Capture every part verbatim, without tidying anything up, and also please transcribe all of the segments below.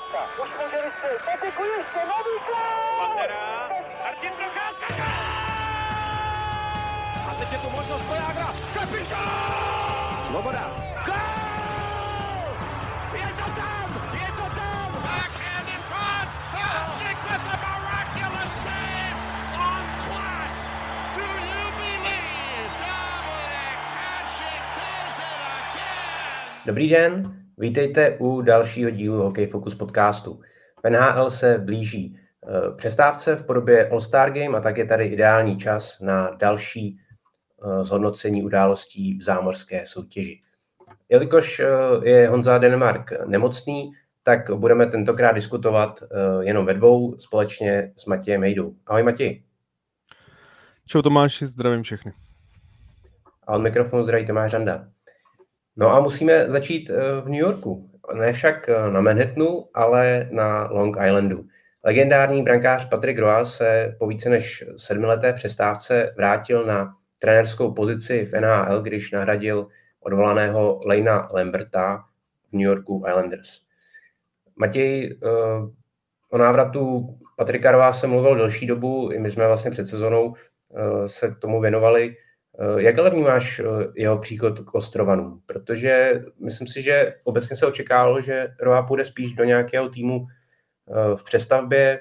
Už může vystřelit, Patiku ještě, nový gól! Pantera, Martin Procházka! A teď je tu možnost Svojágra, kapitán! Svoboda! Gól! Je to tam, je to tam! Backhand in front, Hasek with the miraculous save on Platz. Do you believe Dominik Hasek does it again? Dobrý den, vítejte u dalšího dílu Hokej Focus podcastu. V N H L se blíží přestávce v podobě All-Star Game a tak je tady ideální čas na další zhodnocení událostí v zámořské soutěži. Jelikož je Honza Denemark nemocný, tak budeme tentokrát diskutovat jenom ve dvou společně s Matějem Hejdou. Ahoj Matěj. Čau Tomáši, zdravím všechny. A od mikrofonu zdraví Tomáš Randa. No a musíme začít v New Yorku. Ne však na Manhattanu, ale na Long Islandu. Legendární brankář Patrick Roy se po více než sedmileté přestávce vrátil na trenérskou pozici v N H L, když nahradil odvolaného Layna Lamberta v New Yorku Islanders. Matěj, o návratu Patricka Roya se mluvil delší dobu, i my jsme vlastně před sezónou se tomu věnovali. Jak ale vnímáš jeho příchod k Ostrovanům? Protože myslím si, že obecně se očekávalo, že Roy půjde spíš do nějakého týmu v přestavbě,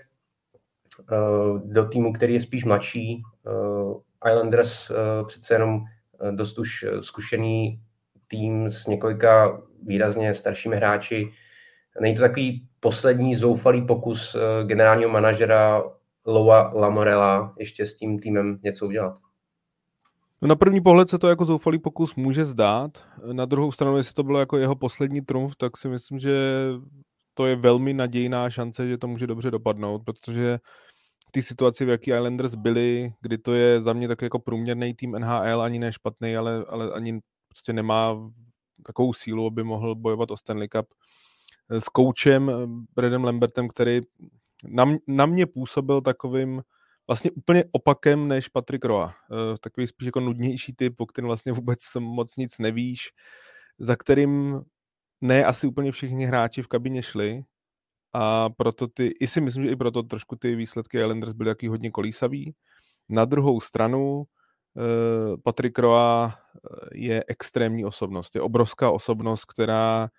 do týmu, který je spíš mladší. Islanders přece jenom dost už zkušený tým s několika výrazně staršími hráči. Není to takový poslední zoufalý pokus generálního manažera Loua Lamoriella ještě s tím týmem něco udělat? No na první pohled se to jako zoufalý pokus může zdát. Na druhou stranu, jestli to bylo jako jeho poslední trumf, tak si myslím, že to je velmi nadějná šance, že to může dobře dopadnout, protože v té situaci, v jaký Islanders byli, kdy to je za mě tak jako průměrný tým N H L, ani ne špatný, ale, ale ani prostě nemá takovou sílu, aby mohl bojovat o Stanley Cup. S koučem Bradem Lambertem, který na, na mě působil takovým vlastně úplně opakem než Patrick Roy. Takový spíš jako nudnější typ, o kterém vlastně vůbec moc nic nevíš, za kterým ne asi úplně všichni hráči v kabině šli a proto ty, i si myslím, že i proto trošku ty výsledky Islanders byly taky hodně kolísavý. Na druhou stranu Patrick Roy je extrémní osobnost, je obrovská osobnost, která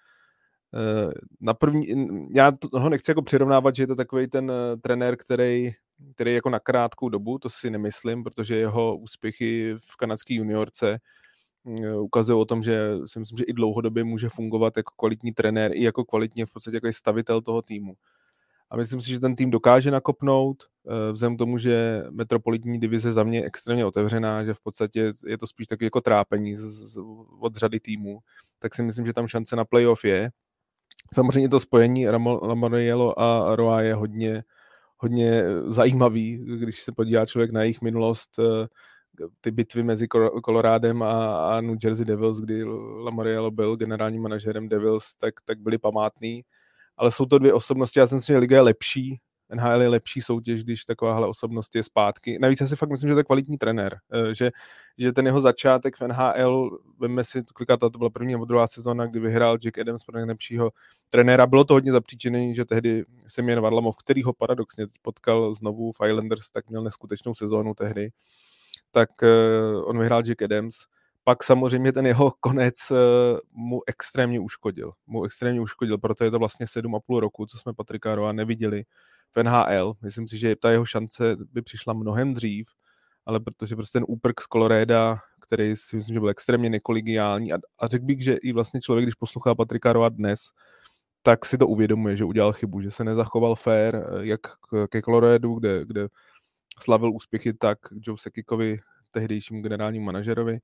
na první, já ho nechci jako přirovnávat, že je to takovej ten trenér, který, který jako na krátkou dobu, to si nemyslím, protože jeho úspěchy v kanadské juniorce ukazují o tom, že si myslím, že i dlouhodobě může fungovat jako kvalitní trenér i jako kvalitně v podstatě jako stavitel toho týmu. A myslím si, že ten tým dokáže nakopnout, vzhledem k tomu, že metropolitní divize za mě je extrémně otevřená, že v podstatě je to spíš taky jako trápení z, z, od řady týmů, tak si myslím, že tam šance na playoff je. Samozřejmě to spojení Lamoriello a Roy je hodně, hodně zajímavý, když se podívá člověk na jejich minulost, ty bitvy mezi Colorádem a, a New Jersey Devils, kdy Lamoriello byl generálním manažerem Devils, tak, tak byly památný. Ale jsou to dvě osobnosti, já si myslím, že liga je lepší, N H L je lepší soutěž, když takováhle osobnost je zpátky. Navíc já si fakt myslím, že to je kvalitní trenér, že, že ten jeho začátek v N H L, veme si, kolikrát to byla první nebo druhá sezóna, kdy vyhrál Jack Adams pro nejlepšího trenéra, bylo to hodně zapříčený, že tehdy Semyon Varlamov, který ho paradoxně potkal znovu v Islanders, tak měl neskutečnou sezónu tehdy, tak on vyhrál Jack Adams. Pak samozřejmě ten jeho konec mu extrémně uškodil. Mu extrémně uškodil, proto je to vlastně sedm a půl roku, co jsme Patricka Roya neviděli v N H L. Myslím si, že ta jeho šance by přišla mnohem dřív, ale protože prostě ten úprk z Colorada, který si myslím, že byl extrémně nekoligiální a, a řekl bych, že i vlastně člověk, když poslouchá Patricka Roya dnes, tak si to uvědomuje, že udělal chybu, že se nezachoval fair, jak ke Coloradu, kde, kde slavil úspěchy, tak Joe Sakickovi, tehdejšímu generálnímu manažerovi.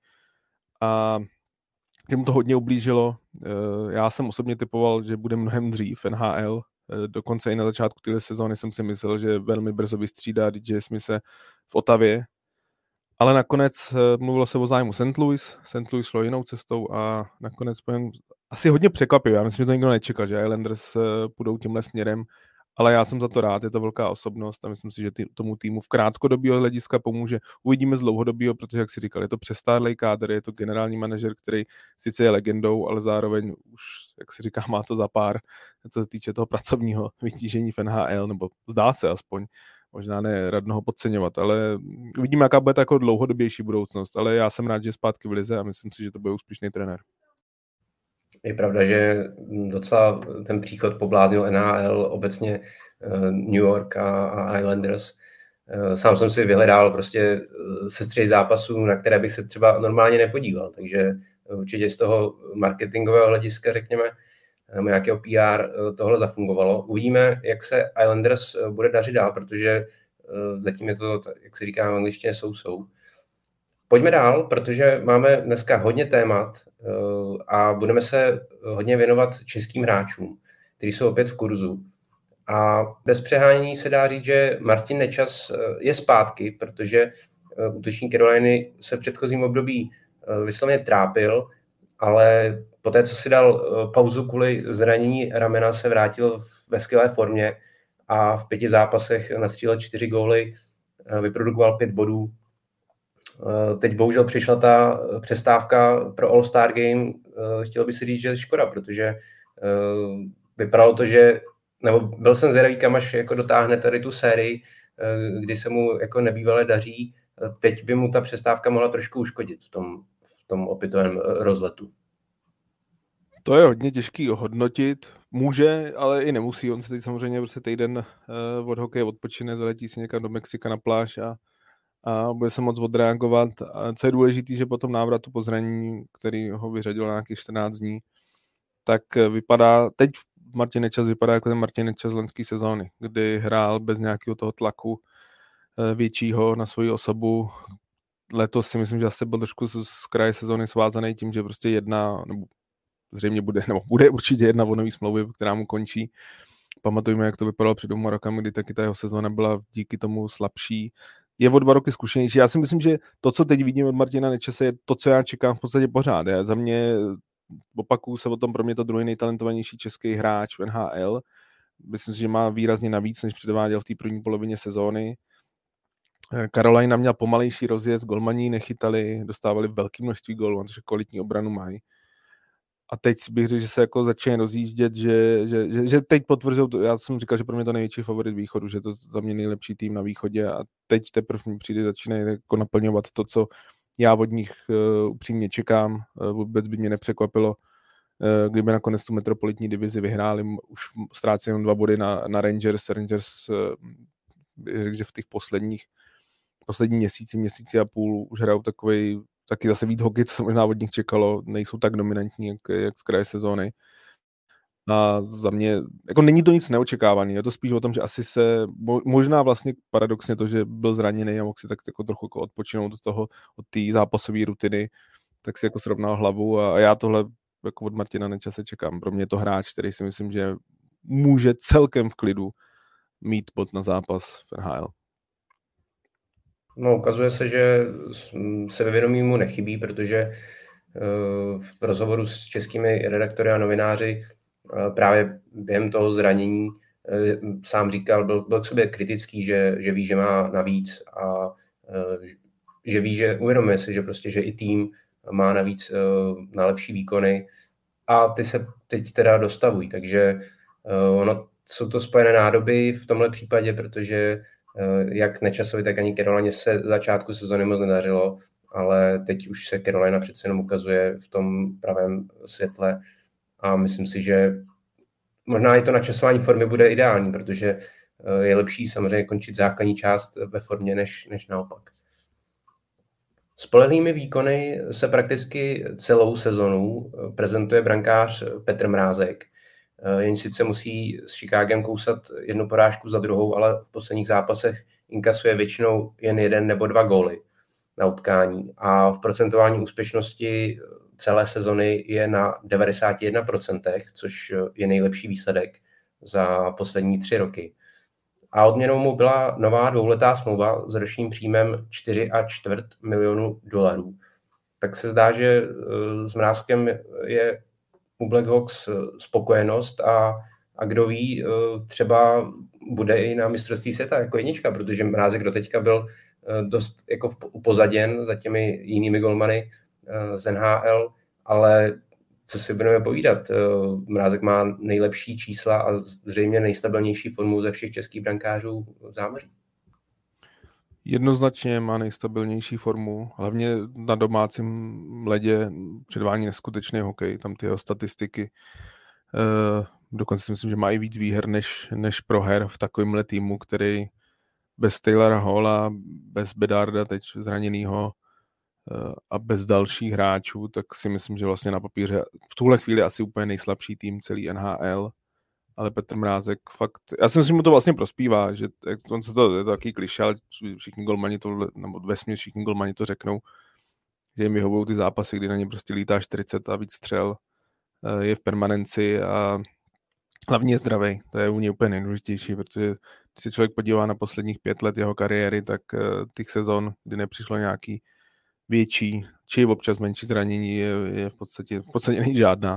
A mu to hodně ublížilo. Já jsem osobně typoval, že bude mnohem dřív v N H L. Dokonce i na začátku téhle sezóny jsem si myslel, že velmi brzo vystřídá D J Smithe v Ottawě. Ale nakonec mluvilo se o zájmu Saint Louis. Saint Louis šlo jinou cestou a nakonec asi hodně překvapivě. Já myslím, že to nikdo nečekal, že Islanders půjdou tímhle směrem. ale já jsem za to rád, je to velká osobnost a myslím si, že tý, tomu týmu v krátkodobého hlediska pomůže. Uvidíme z dlouhodobého, protože, jak si říkal, je to přestárlej kádr, je to generální manažer, který sice je legendou, ale zároveň už, jak si říká, má to za pár, co se týče toho pracovního vytížení v N H L, nebo zdá se aspoň, možná ne radno ho podceňovat, ale uvidíme, jaká bude taková dlouhodobější budoucnost, ale já jsem rád, že je zpátky v lize a myslím si, že to bude úspěšný trenér. Je pravda, že docela ten příchod pobláznil N H L, obecně New York a, a Islanders. Sám jsem si vyhledal prostě sestřih zápasů, na které bych se třeba normálně nepodíval, takže určitě z toho marketingového hlediska, řekněme, nějakého P R tohle zafungovalo. Uvidíme, jak se Islanders bude dařit dál, protože zatím je to, jak se říká v angličtině, so-so. Pojďme dál, protože máme dneska hodně témat a budeme se hodně věnovat českým hráčům, kteří jsou opět v kurzu. A bez přehánění se dá říct, že Martin Nečas je zpátky, protože útočník Caroliny se v předchozím období vysloveně trápil, ale poté, co si dal pauzu kvůli zranění ramena, se vrátil ve skvělé formě a v pěti zápasech nastřílel čtyři góly, vyprodukoval pět bodů. Teď bohužel přišla ta přestávka pro All-Star Game. Chtěl bych si říct, že je škoda, protože vypadalo to, že nebo byl jsem zvědavý, kam až jako dotáhne tady tu sérii, kdy se mu jako nebývale daří. Teď by mu ta přestávka mohla trošku uškodit v tom, v tom opětovém rozletu. To je hodně těžký hodnotit. Může, ale i nemusí. On se teď samozřejmě prostě týden od hokeje odpočine, zaletí si někam do Mexika na pláž a, a bude se moc odreagovat. A co je důležité, že po tom návratu po zranění, který ho vyřadil na nějakých čtrnáct dní, tak vypadá, teď Martin Nečas vypadá jako ten Martin Nečas z loňské sezóny, kdy hrál bez nějakého toho tlaku většího na svoji osobu. Letos si myslím, že asi byl trošku z kraje sezóny svázaný tím, že prostě jedna, nebo zřejmě bude, nebo bude určitě jedna vodnový smlouvy, která mu končí. Pamatujeme, jak to vypadalo před dvěma rokami, kdy taky ta jeho sezóna byla díky tomu slabší. Je o dva roky zkušenější. Já si myslím, že to, co teď vidím od Martina Nečase, je to, co já čekám v podstatě pořád. Já, za mě opakuju se o tom, pro mě to druhý nejtalentovanější český hráč v N H L. Myslím si, že má výrazně navíc, než předváděl v té první polovině sezóny. Carolina měla pomalejší rozjezd, golmani nechytali, dostávali velké množství gólů, protože kvalitní obranu mají. A teď bych řekl, že se jako začíná rozjíždět, že, že, že, že teď potvrzují, já jsem říkal, že pro mě to největší favorit východu, že to za mě nejlepší tým na východě a teď teprve mi přijde, začínají jako naplňovat to, co já od nich uh, upřímně čekám. Uh, vůbec by mě nepřekvapilo, uh, kdyby nakonec tu metropolitní divizi vyhráli, už ztrácí jenom dva body na, na Rangers. Rangers uh, řekl, že v těch posledních poslední měsíci, měsíci a půl už hrajou takovej, taky zase víc hokej, co se možná od nich čekalo, nejsou tak dominantní, jak, jak z kraje sezóny. A za mě, jako není to nic neočekávaný, je to spíš o tom, že asi se, možná vlastně paradoxně to, že byl zraněný a mohl si tak jako trochu jako odpočinout od toho, od té zápasové rutiny, tak si jako srovnal hlavu a, a já tohle jako od Martina Nečase čekám. Pro mě je to hráč, který si myslím, že může celkem v klidu mít bod na zápas v N H L. No, ukazuje se, že sebevědomí mu nechybí, protože v rozhovoru s českými redaktory a novináři právě během toho zranění sám říkal, byl, byl k sobě kritický, že, že ví, že má navíc a že ví, že uvědomuje si, že prostě, že i tým má navíc na lepší výkony a ty se teď teda dostavují, takže ono jsou to spojené nádoby v tomhle případě, protože jak Nečasovi, tak ani Carolině se začátku sezóny moc nedařilo, ale teď už se Carolina přece jenom ukazuje v tom pravém světle a myslím si, že možná i to načasování formy bude ideální, protože je lepší samozřejmě končit základní část ve formě, než, než naopak. Spolehlivými výkony se prakticky celou sezonu prezentuje brankář Petr Mrázek, jen sice musí s Chicagem kousat jednu porážku za druhou, ale v posledních zápasech inkasuje většinou jen jeden nebo dva góly na utkání a v procentování úspěšnosti celé sezony je na devadesát jedna procent, což je nejlepší výsledek za poslední tři roky. A odměnou mu byla nová dvouletá smlouva s ročním příjmem čtyři a čtvrt milionu dolarů. Tak se zdá, že s Mrázkem je u Blackhawks spokojenost a a kdo ví, třeba bude i na mistrovství světa jako jednička, protože Mrázek doteďka byl dost jako upozaděn za těmi jinými golmany z N H L, ale co si budeme povídat, Mrázek má nejlepší čísla a zřejmě nejstabilnější formu ze všech českých brankářů v zámoří. Jednoznačně má nejstabilnější formu, hlavně na domácím ledě předvádí neskutečný hokej, tam ty jeho statistiky. Uh, dokonce si myslím, že má i víc výher než, než proher v takovémhle týmu, který bez Taylora Halla, bez Bedarda teď zraněnýho uh, a bez dalších hráčů, tak si myslím, že vlastně na papíře v tuhle chvíli asi úplně nejslabší tým celý N H L, ale Petr Mrázek fakt, já si myslím, že mu to vlastně prospívá, že on se to, je to takový klišé, ale všichni golmani to, nebo vesměs všichni golmani to řeknou, že jim vyhovují ty zápasy, kdy na ně prostě lítá čtyřicet a víc střel, je v permanenci a hlavně je zdravý. To je u něj úplně nejdůležitější, protože když se člověk podívá na posledních pět let jeho kariéry, tak těch sezon, kdy nepřišlo nějaký větší, či občas menší zranění, je, je v podstatě, v podstatě není žádná.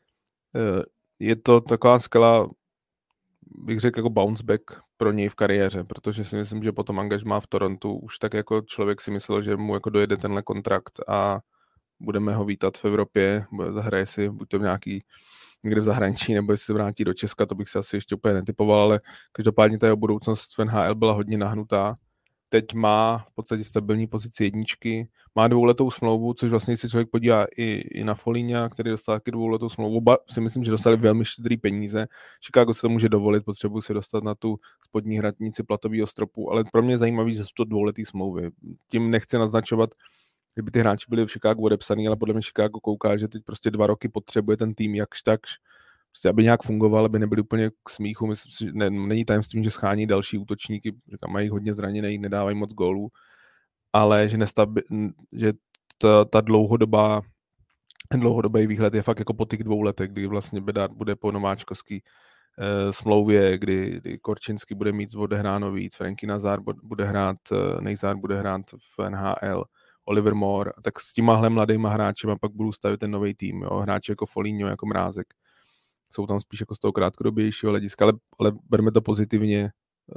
Je to taková skvělá, bych řekl, jako bounce back pro něj v kariéře, protože si myslím, že potom angažmá v Torontu už tak jako člověk si myslel, že mu jako dojede tenhle kontrakt a budeme ho vítat v Evropě, zahraje si buď to v nějaký někde v zahraničí, nebo jestli se vrátí do Česka, to bych si asi ještě úplně netypoval, ale každopádně ta jeho budoucnost v N H L byla hodně nahnutá. Teď má v podstatě stabilní pozici jedničky, má dvouletou smlouvu, což vlastně si člověk podívá i, i na Foligna, který dostal taky dvouletou smlouvu. Oba si myslím, že dostali velmi štědrý peníze. Chicago se to může dovolit, potřebuje se dostat na tu spodní hradnici platového stropu, ale pro mě je zajímavý, že jsou to dvouletý smlouvy. Tím nechci naznačovat, že by ty hráči byli v Chicagu odepsaný, ale podle mě Chicago kouká, že teď prostě dva roky potřebuje ten tým jakž takž, prostě aby nějak fungoval, aby nebyli úplně k smíchu. Myslím si, že ne, není tajemstvím, že schání další útočníky, říkám, mají hodně zraněných, nedávají moc gólů, ale že, nestabi, že ta, ta dlouhodobá, dlouhodobý výhled je fakt jako po těch dvou letech, kdy vlastně Bedard bude po nováčkovský eh, smlouvě, kdy, kdy Korčinský bude mít odehráno víc, Frankie Nazar bude hrát, Nejzár bude hrát v N H L, Oliver Moore, tak s těmahle mladýma hráčema pak budu stavit ten nový tým, jo? Hráči jako Foligno, jako Mrázek. Jsou tam spíš jako z toho krátkodobějšího hlediska, ale, ale berme to pozitivně.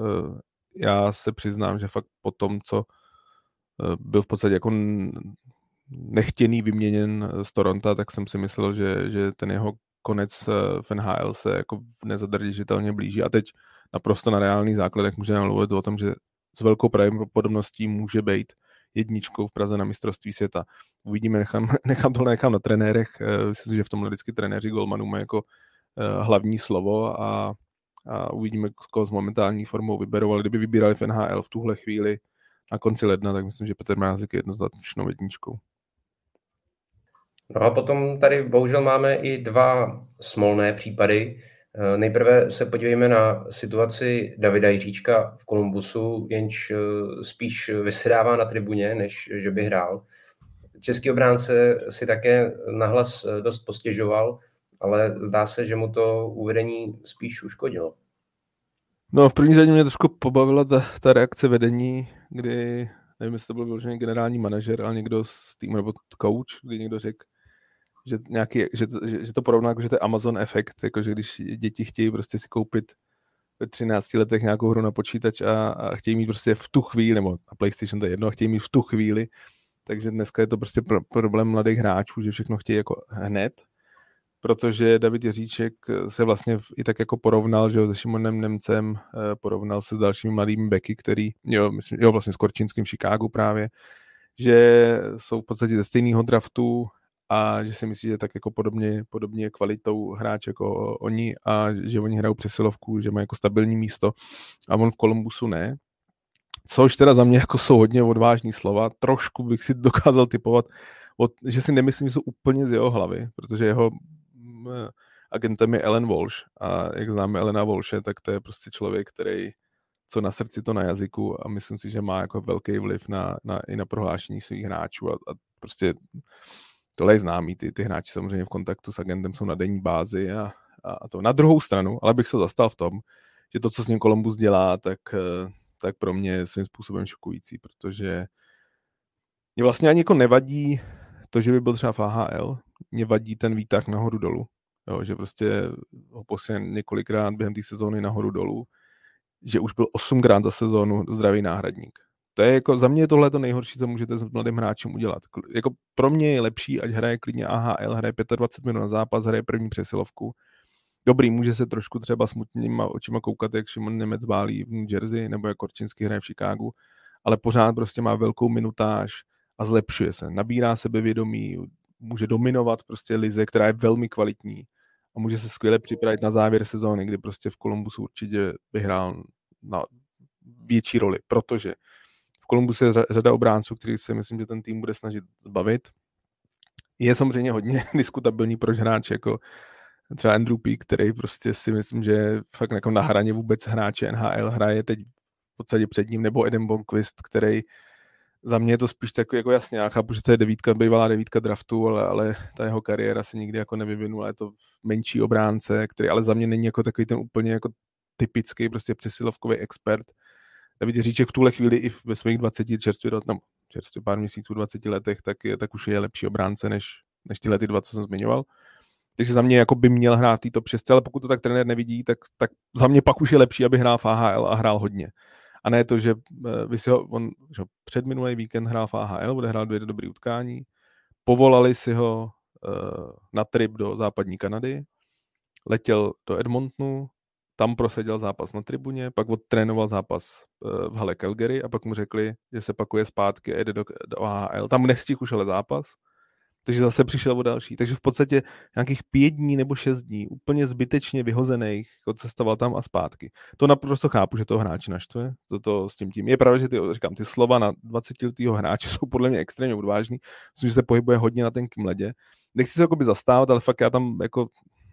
Já se přiznám, že fakt po tom, co byl v podstatě jako nechtěný vyměněn z Toronto, tak jsem si myslel, že, že ten jeho konec v N H L se jako nezadržitelně blíží a teď naprosto na reálných základech můžeme mluvit o tom, že s velkou pravděpodobností může být jedničkou v Praze na mistrovství světa. Uvidíme, nechám, nechám tohle nechám na trenérech, myslím si, že v tomhle vždycky trenéři golmanů mají jako hlavní slovo a, a uvidíme, koho s momentální formou vyberou, ale kdyby vybírali v N H L v tuhle chvíli na konci ledna, tak myslím, že Petr Mrázek je jednoznačnou jedničkou. No a potom tady bohužel máme i dva smolné případy. Nejprve se podívejme na situaci Davida Jiříčka v Kolumbusu, jenž spíš vysedává na tribuně, než že by hrál. Český obránce si také nahlas dost postěžoval, ale zdá se, že mu to uvedení spíš uškodilo. No v první řadě mě trošku pobavila ta, ta reakce vedení, kdy, nevím, jestli to byl vyložený generální manažer, ale někdo z týmu, nebo coach, kdy někdo řekl, že, nějaký, že, že, že to porovná, jako, že to je Amazon efekt, jako, že když děti chtějí prostě si koupit ve třinácti letech nějakou hru na počítač a, a chtějí mít prostě v tu chvíli, nebo na PlayStation to je jedno, a chtějí mít v tu chvíli, takže dneska je to prostě pro, problém mladých hráčů, že všechno chtějí jako hned, protože David Jiříček se vlastně i tak jako porovnal, že jo, se Šimonem Nemcem, porovnal se s dalšími mladými beky, který, jo, myslím, jo, vlastně s Korčinským v Chicagu právě, že jsou v podstatě ze stejného draftu a že si myslí, že tak jako podobně, podobně kvalitou hráč jako oni a že oni hrajou přesilovku, že mají jako stabilní místo a on v Kolumbusu ne. Což teda za mě jako jsou hodně odvážný slova, trošku bych si dokázal typovat, od, že si nemyslím, že jsou úplně z jeho hlavy, protože jeho agentem je Alan Walsh a jak známe Alana Walshe, tak to je prostě člověk, který co na srdci, to na jazyku a myslím si, že má jako velký vliv na, na, i na prohlášení svých hráčů a, a prostě tohle je známý, ty, ty hráči samozřejmě v kontaktu s agentem jsou na denní bázi a, a, a to na druhou stranu, ale bych se zastal v tom, že to, co s ním Columbus dělá, tak, tak pro mě je svým způsobem šokující, protože mě vlastně ani jako nevadí to, že by byl třeba v A H L, mě vadí ten výtah nahoru dolů. jo, že prostě ho posílá několikrát během té sezóny nahoru dolů, že už byl osmkrát za sezónu zdravý náhradník. To je jako, za mě je tohle to nejhorší, co můžete s mladým hráčem udělat. Jako pro mě je lepší, ať hraje klidně A H L, hraje dvacet pět minut na zápas, hraje první přesilovku. Dobrý, může se trošku třeba smutnýma očima koukat, jak Šimon Němec válí v New Jersey, nebo jak Korčinský hraje v Chicagu, ale pořád prostě má velkou minutáž a zlepšuje se. Nabírá sebevědomí, může dominovat prostě lize, která je velmi kvalitní a může se skvěle připravit na závěr sezóny, kdy prostě v Columbusu určitě vyhrál na větší roli, protože v Columbusu je řada obránců, který se myslím, že ten tým bude snažit zbavit. Je samozřejmě hodně diskutabilní proč hráč jako třeba Andrew Peak, který prostě si myslím, že je fakt jako na hraně vůbec hráče N H L, hraje teď v podstatě před ním, nebo Adam Bonquist, který za mě je to spíš takový jako jasně, já chápu, že to je devítka, bývalá devítka draftu, ale, ale ta jeho kariéra se nikdy jako nevyvinula, je to menší obránce, který ale za mě není jako takový ten úplně jako typický prostě přesilovkový expert. David Jiříček v tuhle chvíli i ve svých dvaceti čerstvě, no, čerstvě pár měsíců, dvaceti letech, tak, je, tak už je lepší obránce než, než tyhle ty dva, co jsem zmiňoval. Takže za mě jako by měl hrát v této přesce, ale pokud to tak trenér nevidí, tak, tak za mě pak už je lepší, aby hrál v A H L a hrál hodně. A ne to, že vy si ho, on že před minulý víkend hrál v A H L, bude hrát dvě dobré utkání, povolali si ho uh, na trip do západní Kanady, letěl do Edmontonu, tam proseděl zápas na tribuně, pak odtrénoval zápas uh, v hale Calgary a pak mu řekli, že se pakuje zpátky a jede do, do A H L. Tam nestihl už ale zápas, takže zase přišel o další. Takže v podstatě nějakých pět dní nebo šest dní úplně zbytečně vyhozených cestoval tam a zpátky. To naprosto chápu, že toho hráče naštve. Toto s tím tím. Je pravda, že ty, říkám, ty slova na dvacetiletýho hráče jsou podle mě extrémně odvážný. Myslím, že se pohybuje hodně na tenkým ledě. Nechci se jakoby zastávat, ale fakt já tam jako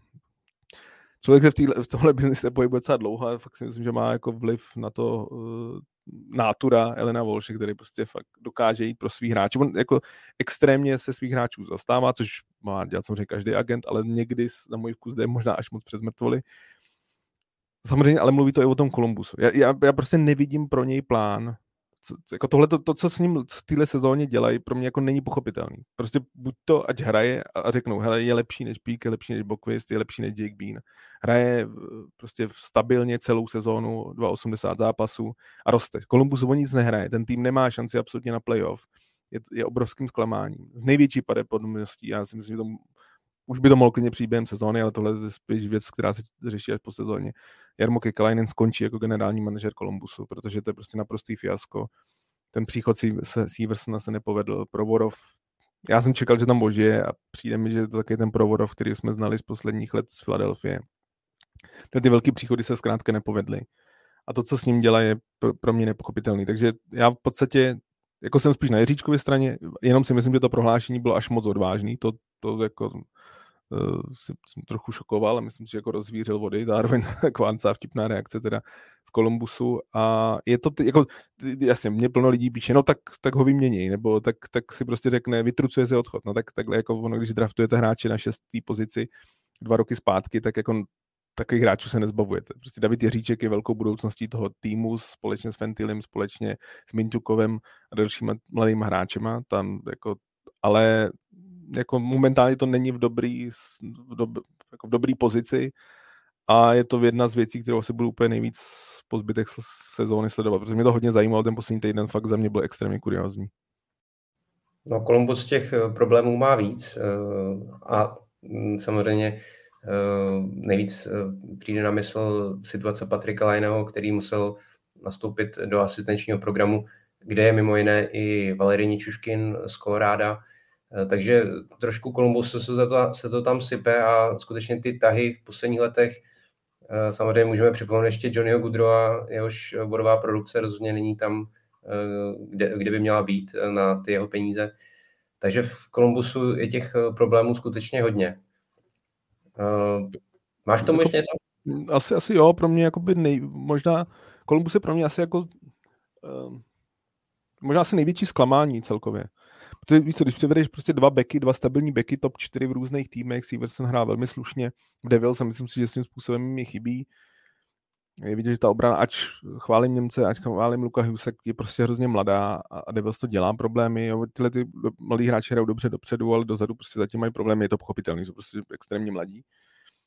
člověk se v, týhle, v tomhle biznise pohybuje docela dlouho a fakt si myslím, že má jako vliv na to uh, nátura Elena Walsh, který prostě fakt dokáže jít pro svých hráčů. On jako extrémně se svých hráčů zastává, což má dělat samozřejmě každý agent, ale někdy na můj vkus jde možná až moc přes mrtvoli. Samozřejmě, ale mluví to i o tom Columbusu. Já, já, já prostě nevidím pro něj plán. Co, jako tohle, to, to, co s ním v téhle sezóně dělají, pro mě jako není pochopitelný. Prostě buď to, ať hraje a řeknou, hele, je lepší než Peak, je lepší než Boquist, je lepší než Jake Bean. Hraje prostě stabilně celou sezónu, dva osmdesát zápasů a roste. Columbus o nic nehraje, ten tým nemá šanci absolutně na playoff. Je, je obrovským zklamáním. Z největší pravděpodobností, já si myslím, že to už by to mohlo klidně přijít během sezóny, ale tohle je spíš věc, která se řeší až po sezóně. Jarmo Kekalainen skončí jako generální manažer Columbusu, protože to je prostě naprostý fiasko. Ten příchod Seversona se nepovedl. Provorov, já jsem čekal, že tam ožije a přijde mi, že to taky ten Provorov, který jsme znali z posledních let z Filadelfie. Ty velký příchody se zkrátka nepovedly. A to, co s ním dělá, je pro mě nepochopitelný. Takže já v podstatě, jako jsem spíš na Jiříčkově straně, jenom si myslím, že to prohlášení bylo až moc odvážný. To, to jako Uh, jsem, jsem trochu šokoval a myslím si, že jako rozvířil vody, zároveň taková vtipná reakce teda z Columbusu a je to, ty, jako, jasně, mě plno lidí píše, no tak, tak ho vymění, nebo tak, tak si prostě řekne, vytrucuje se odchod, no tak takhle jako ono, když draftujete hráče na šestý pozici dva roky zpátky, tak jako takových hráčů se nezbavujete. Prostě David Jiříček je velkou budoucností toho týmu společně s Ventilem, společně s Minťukovem a dalšíma mladými hráčema, tam jako, ale jako momentálně to není v dobrý, v, dob, jako v dobrý pozici a je to jedna z věcí, kterou se budu úplně nejvíc po zbytek sezóny sledovat, protože mě to hodně zajímalo, ten poslední týden fakt za mě byl extrémně kuriózní. No, Columbus těch problémů má víc a samozřejmě nejvíc přijde na mysl situace Patricka Laineho, který musel nastoupit do asistenčního programu, kde je mimo jiné i Valerij Ničuškin z Koloráda. Takže trošku Columbusu se to, se to tam sype a skutečně ty tahy v posledních letech, samozřejmě můžeme připomenout ještě Johnnyho Goodrowa, jehož bodová produkce rozhodně není tam, kde, kde by měla být na ty jeho peníze. Takže v Columbusu je těch problémů skutečně hodně. Máš k tomu ještě něco? Asi, asi jo, pro mě jakoby nej, možná Columbus je pro mě asi jako um, možná asi největší zklamání celkově. Protože víš co, když převedeš prostě dva beky, dva stabilní beky, top čtyři v různých týmech, Severson hrál velmi slušně, v Devils a myslím si, že s tím způsobem mi chybí. Je vidět, že ta obrana, ač chválím Němce, ač chválím Luka Husek, je prostě hrozně mladá a Devils to dělá problémy. Jo, tyhle ty mladí hráči hrajou dobře dopředu, ale dozadu prostě zatím mají problémy, je to pochopitelný, jsou prostě extrémně mladí.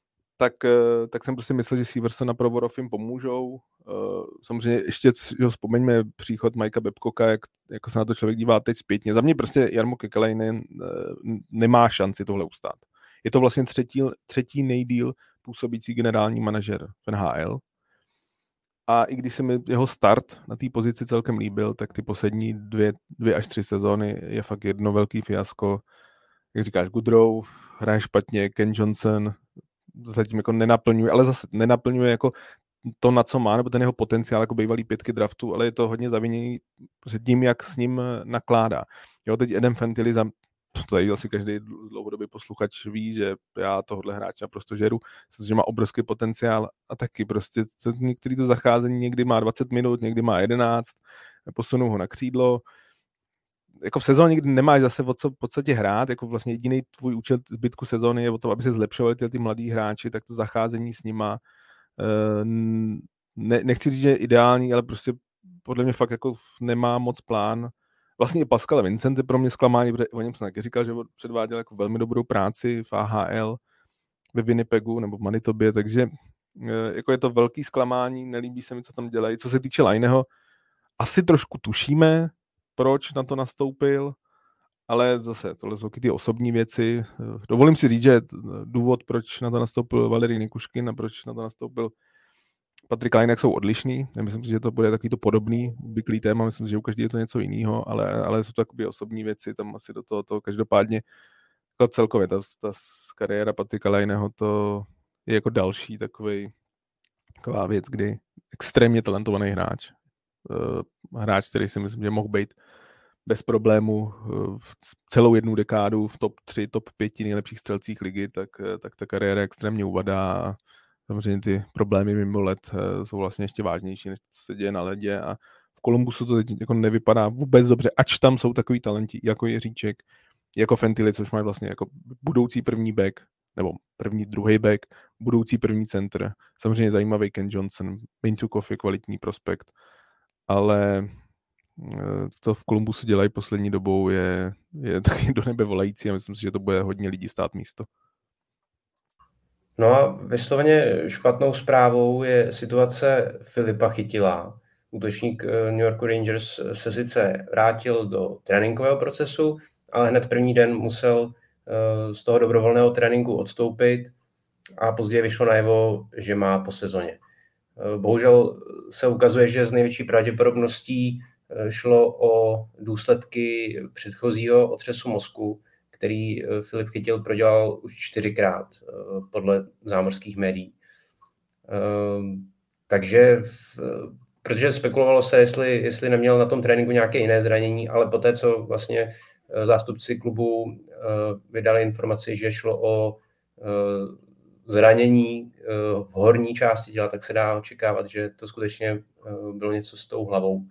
tak, tak jsem prostě myslel, že Severson a Provorov jim pomůžou. Samozřejmě ještě jo, vzpomeňme příchod Mikea Babcocka, jak jako se na to člověk dívá teď zpětně. Za mě prostě Jarmo Kekalainen nemá šanci tohle ustát. Je to vlastně třetí, třetí nejdýl působící generální manažer v N H L. A i když se mi jeho start na té pozici celkem líbil, tak ty poslední dvě, dvě až tři sezóny je fakt jedno velký fiasko. Jak říkáš, Goodrow hraje špatně, Ken Johnson zatím jako nenaplňuje, ale zase nenaplňuje jako to, na co má, nebo ten jeho potenciál jako bývalý pětky draftu, ale je to hodně zaviněný tím, jak s ním nakládá. Jo, teď Adam Fantilli, za, to tady asi každý dlouhodobý posluchač ví, že já tohohle hráče naprosto žeru, že má obrovský potenciál a taky prostě některý to zacházení někdy má dvacet minut, někdy má jedenáct, posunou ho na křídlo. Jako v sezóně nikdy nemáš zase o co v podstatě hrát, jako vlastně jediný tvůj účel zbytku sezóny je o tom, aby se zlepšovali ty, ty mladí hráči, tak to zacházení s nima ne, nechci říct, že je ideální, ale prostě podle mě fakt jako nemá moc plán. Vlastně i Pascal Vincent je pro mě zklamání, protože o něm jsem taky říkal, že předváděl jako velmi dobrou práci v A H L, ve Winnipegu nebo v Manitobě, takže jako je to velký zklamání, nelíbí se mi, co tam dělají. Co se týče Laineho, asi trošku tušíme, proč na to nastoupil, ale zase tohle jsou ty osobní věci. Dovolím si říct, že důvod, proč na to nastoupil Valerij Nikuškin a proč na to nastoupil Patrik Laine, jsou odlišný. Nemyslím si, že to bude takový to podobný obvyklý téma, myslím si, že u každý je to něco jiného, ale, ale jsou to takové osobní věci, tam asi do toho, toho každopádně jako celkově ta, ta kariéra Patrika Laineho to je jako další takový, taková věc, kdy extrémně talentovaný hráč, hráč, který si myslím, že mohl být bez problému celou jednu dekádu v top tři, top pět nejlepších střelcích ligy, tak, tak ta kariéra extrémně uvadá a samozřejmě ty problémy mimo let jsou vlastně ještě vážnější, než co se děje na ledě a v Kolumbusu to teď jako nevypadá vůbec dobře, ač tam jsou takový talenti jako Jiříček, jako Fantilli, což má vlastně jako budoucí první back, nebo první, druhý back, budoucí první center. Samozřejmě zajímavý Ken Johnson, Mintukov je kvalitní prospekt, ale co v Kolumbusu dělají poslední dobou je, je taky do nebe volající a myslím si, že to bude hodně lidí stát místo. No a vysloveně špatnou zprávou je situace Filipa Chytila. Útočník New York Rangers se sice vrátil do tréninkového procesu, ale hned první den musel z toho dobrovolného tréninku odstoupit a později vyšlo najevo, že má po sezóně. Bohužel se ukazuje, že z největší pravděpodobností šlo o důsledky předchozího otřesu mozku, který Filip Chytil prodělal už čtyřikrát podle zámořských médií. Takže, protože spekulovalo se, jestli, jestli neměl na tom tréninku nějaké jiné zranění, ale poté, co vlastně zástupci klubu vydali informaci, že šlo o zranění v horní části těla, tak se dá očekávat, že to skutečně bylo něco s tou hlavou.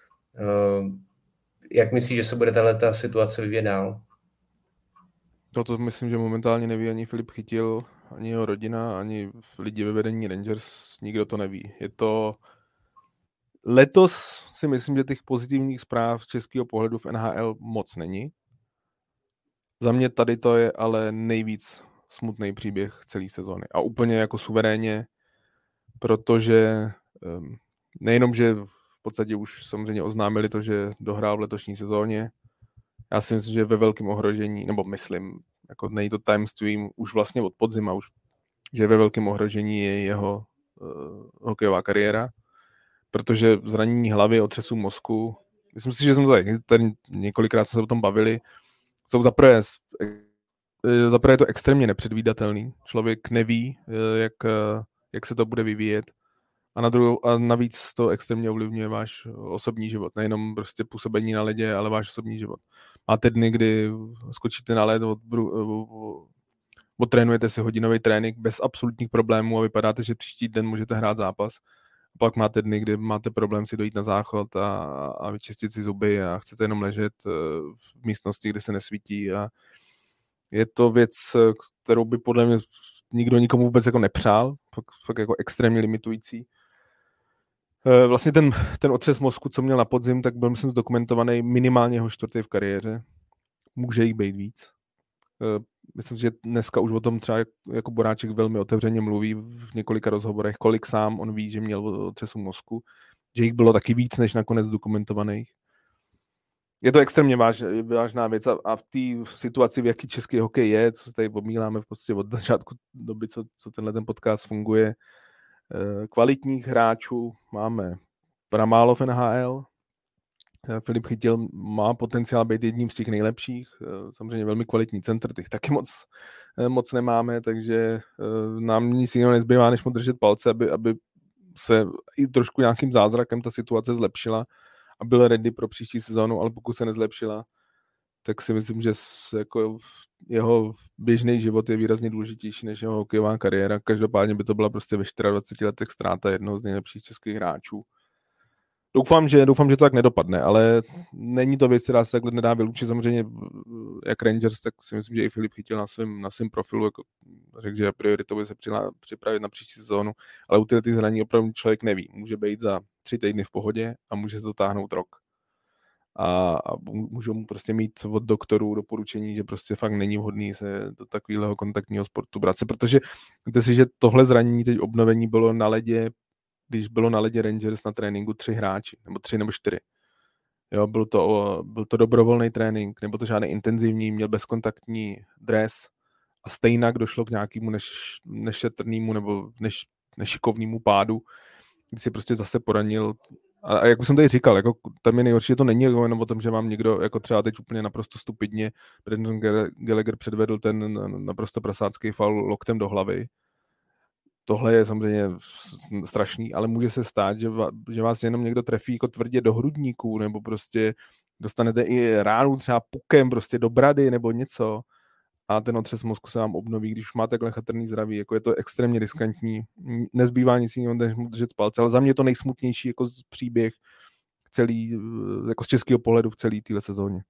Jak myslíš, že se bude tato situace vyvíjet dál? Toto myslím, že momentálně neví ani Filip Chytil, ani jeho rodina, ani lidi ve vedení Rangers, nikdo to neví. Je to... Letos si myslím, že těch pozitivních zpráv z českého pohledu v N H L moc není. Za mě tady to je ale nejvíc smutný příběh celé sezóny. A úplně jako suverénně, protože um, nejenom, že v podstatě už samozřejmě oznámili to, že dohrál v letošní sezóně. Já si myslím, že ve velkém ohrožení, nebo myslím, jako není to tajemstvím, už vlastně od podzima, už, že ve velkém ohrožení je jeho uh, hokejová kariéra, protože zranění hlavy, otřesu mozku, myslím si, že jsme tady, tady několikrát jsme se o tom bavili, jsou zaprvé, zaprvé je to extrémně nepředvídatelný, člověk neví, jak, jak se to bude vyvíjet, a, na druhou, a navíc to extrémně ovlivňuje váš osobní život. Nejenom prostě působení na ledě, ale váš osobní život. Máte dny, kdy skočíte na led, od, odtrénujete si hodinový trénink bez absolutních problémů a vypadáte, že příští den můžete hrát zápas. A pak máte dny, kdy máte problém si dojít na záchod a, a vyčistit si zuby a chcete jenom ležet v místnosti, kde se nesvítí. A je to věc, kterou by podle mě nikdo nikomu vůbec jako nepřál, fakt, fakt jako extrémně limitující. Vlastně ten, ten otřes mozku, co měl na podzim, tak byl, myslím, zdokumentovaný minimálně jeho čtvrtý v kariéře. Může jich být víc. Myslím, že dneska už o tom třeba jako Boráček velmi otevřeně mluví v několika rozhovorech, kolik sám on ví, že měl otřesu mozku, že jich bylo taky víc, než nakonec dokumentovaných. Je to extrémně váž, vážná věc a, a v té situaci, v jaký český hokej je, co se tady omíláme v podstatě od začátku doby, co, co tenhle ten podcast funguje, kvalitních hráčů máme pramálo v N H L. Filip Chytil má potenciál být jedním z těch nejlepších, samozřejmě velmi kvalitní centr, těch taky moc, moc nemáme, takže nám nic jiného nezbývá, než mu držet palce, aby, aby se i trošku nějakým zázrakem ta situace zlepšila a byl ready pro příští sezónu, ale pokud se nezlepšila, tak si myslím, že jako jeho běžný život je výrazně důležitější než jeho hokejová kariéra. Každopádně by to byla prostě ve dvaceti čtyřech letech ztráta jednoho z nejlepších českých hráčů. Doufám, že, doufám, že to tak nedopadne, ale není to věc, která se takhle nedá vyloučit. Samozřejmě jak Rangers, tak si myslím, že i Filip Chytil na svém na svém profilu jako řekl, že prioritou je se připravit na příští sezónu, ale u ty zranění opravdu člověk neví. Může být za tři týdny v pohodě a může se to táhnout rok. A, a můžou mu prostě mít od doktorů doporučení, že prostě fakt není vhodný se do takového kontaktního sportu brát se, protože víte si, že tohle zranění teď obnovení bylo na ledě, když bylo na ledě Rangers na tréninku tři hráči, nebo tři nebo čtyři. Jo, byl to, byl to dobrovolný trénink, nebo to žádný intenzivní, měl bezkontaktní dres a stejnak došlo k nějakému než, nešetrnému nebo než, nešikovnému pádu, kdy si prostě zase poranil. A, a jak už jsem tady říkal, jako tam je nejhorší, že to není jenom o tom, že vám někdo, jako třeba teď úplně naprosto stupidně, Brendan Gallagher předvedl ten naprosto prasácký faul loktem do hlavy. Tohle je samozřejmě strašný, ale může se stát, že, že vás jenom někdo trefí jako tvrdě do hrudníků, nebo prostě dostanete i ránu třeba pukem prostě do brady nebo něco a ten otřes mozku se vám obnoví, když už máte takhle chatrný zdraví, jako je to extrémně riskantní, nezbývá nic jiného, než mu držet palce, ale za mě je to nejsmutnější jako příběh celý, jako z českého pohledu v celé téhle sezóně.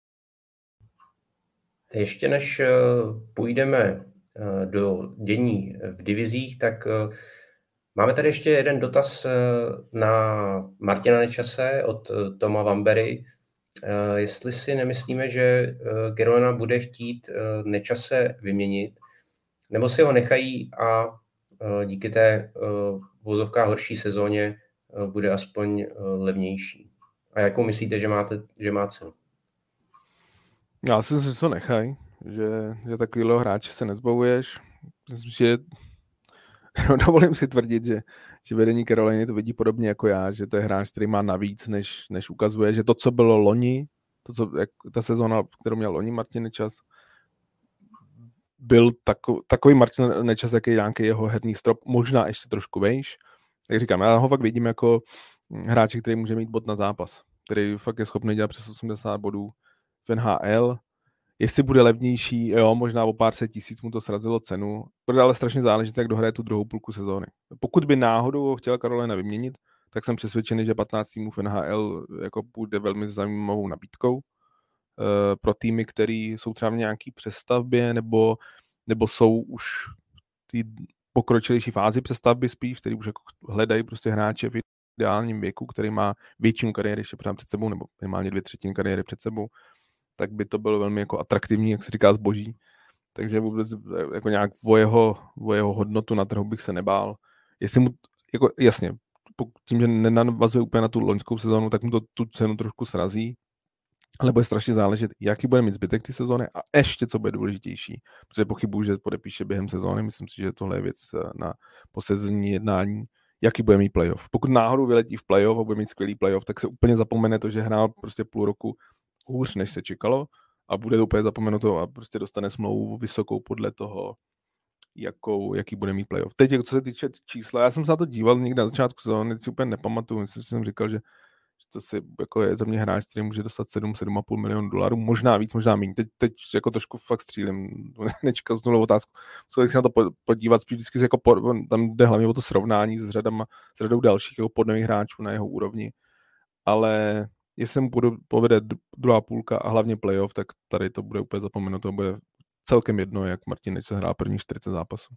Ještě než půjdeme do dění v divizích, tak máme tady ještě jeden dotaz na Martina Nečase od Toma Vambery. Jestli si nemyslíme, že Carolina bude chtít Nečase vyměnit, nebo si ho nechají a díky té vozovká horší sezóně bude aspoň levnější. A jakou myslíte, že, máte, že má cenu? Já si myslím, že to nechají, že, že takovýhle hráče se nezbavuješ. Myslím, že dovolím si tvrdit, že, že vedení Caroliny to vidí podobně jako já, že to je hráč, který má navíc, než, než ukazuje, že to, co bylo loni, to, co, jak, ta sezóna, kterou měl loni Martin Nečas, byl tako, takový Martin Nečas, jaký je nějaký jeho herní strop, možná ještě trošku vejš. Jak říkám, já ho fakt vidím jako hráče, který může mít bod na zápas, který fakt je schopný dělat přes osmdesát bodů v N H L. Jestli bude levnější, jo, možná o pár set tisíc mu to srazilo cenu, protože ale strašně záleží, jak dohraje tu druhou půlku sezóny. Pokud by náhodou ho chtěla Carolina vyměnit, tak jsem přesvědčený, že patnáct týmů v N H L jako bude velmi zajímavou nabídkou uh, pro týmy, které jsou třeba v nějaký přestavbě, nebo, nebo jsou už v té pokročilejší fázi přestavby spíš, který už jako hledají prostě hráče v ideálním věku, který má většinu kariéry ještě před sebou, nebo minimálně dvě třetiny kariéry před sebou, tak by to bylo velmi jako atraktivní, jak se říká, zboží. Takže vůbec jako nějak o jeho, o jeho hodnotu na trhu bych se nebál. Jestli mu, jako jasně, tím, že nenavazuje úplně na tu loňskou sezónu, tak mu to tu cenu trošku srazí, ale bude strašně záležet, jaký bude mít zbytek té sezóny a ještě, co bude důležitější, protože pochybuji, že podepíše během sezóny, myslím si, že tohle je věc na posezení jednání, jaký bude mít playoff. Pokud náhodou vyletí v playoff a bude mít skvělý playoff, tak se úplně zapomene to, že hrál prostě půl roku hůř, než se čekalo a bude to úplně zapomenuto a prostě dostane smlouvu vysokou podle toho, jakou, jaký bude mít playoff. Teď, co se týče čísla, já jsem se na to díval někde na začátku sezóny, teď si úplně nepamatuju, myslím, že jsem říkal, že, že to si jako je za mě hráč, který může dostat sedm, sedm a půl milionu dolarů, možná víc, možná méně. Teď, teď jako trošku fakt střílím, nečekal z nulou otázku. Co se na to podívat, spíš vždycky jako pod, tam jde hlavně o to srovnání s, řadama, s řadou dalších jako podnových hráčů na jeho úrovni, ale jestli mu povede druhá půlka a hlavně playoff, tak tady to bude úplně zapomenuto, to bude celkem jedno, jak Martin Nečas hrál první čtyřicet zápasů.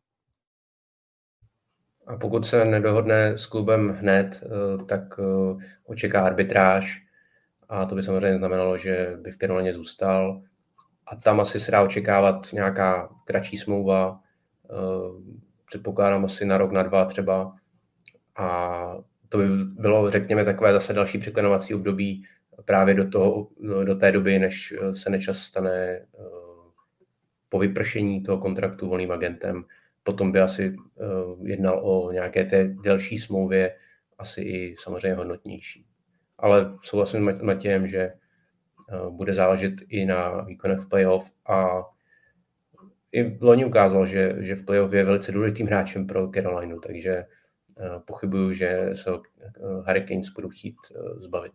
A pokud se nedohodne s klubem hned, tak očeká arbitráž a to by samozřejmě znamenalo, že by v Carolině zůstal. a tam asi se dá očekávat nějaká kratší smlouva, předpokládám asi na rok, na dva třeba, a to by bylo, řekněme, takové zase další překlenovací období právě do, toho, do té doby, než se Nečas stane po vypršení toho kontraktu volným agentem. Potom by asi jednal o nějaké té delší smlouvě, asi i samozřejmě hodnotnější. Ale souhlasím s Matějem, že bude záležet i na výkonech v playoff, a i loni ukázal, že, že v playoff je velice důležitým hráčem pro Carolinu, takže pochybuju, že se ho Hurricanes budou chtít zbavit.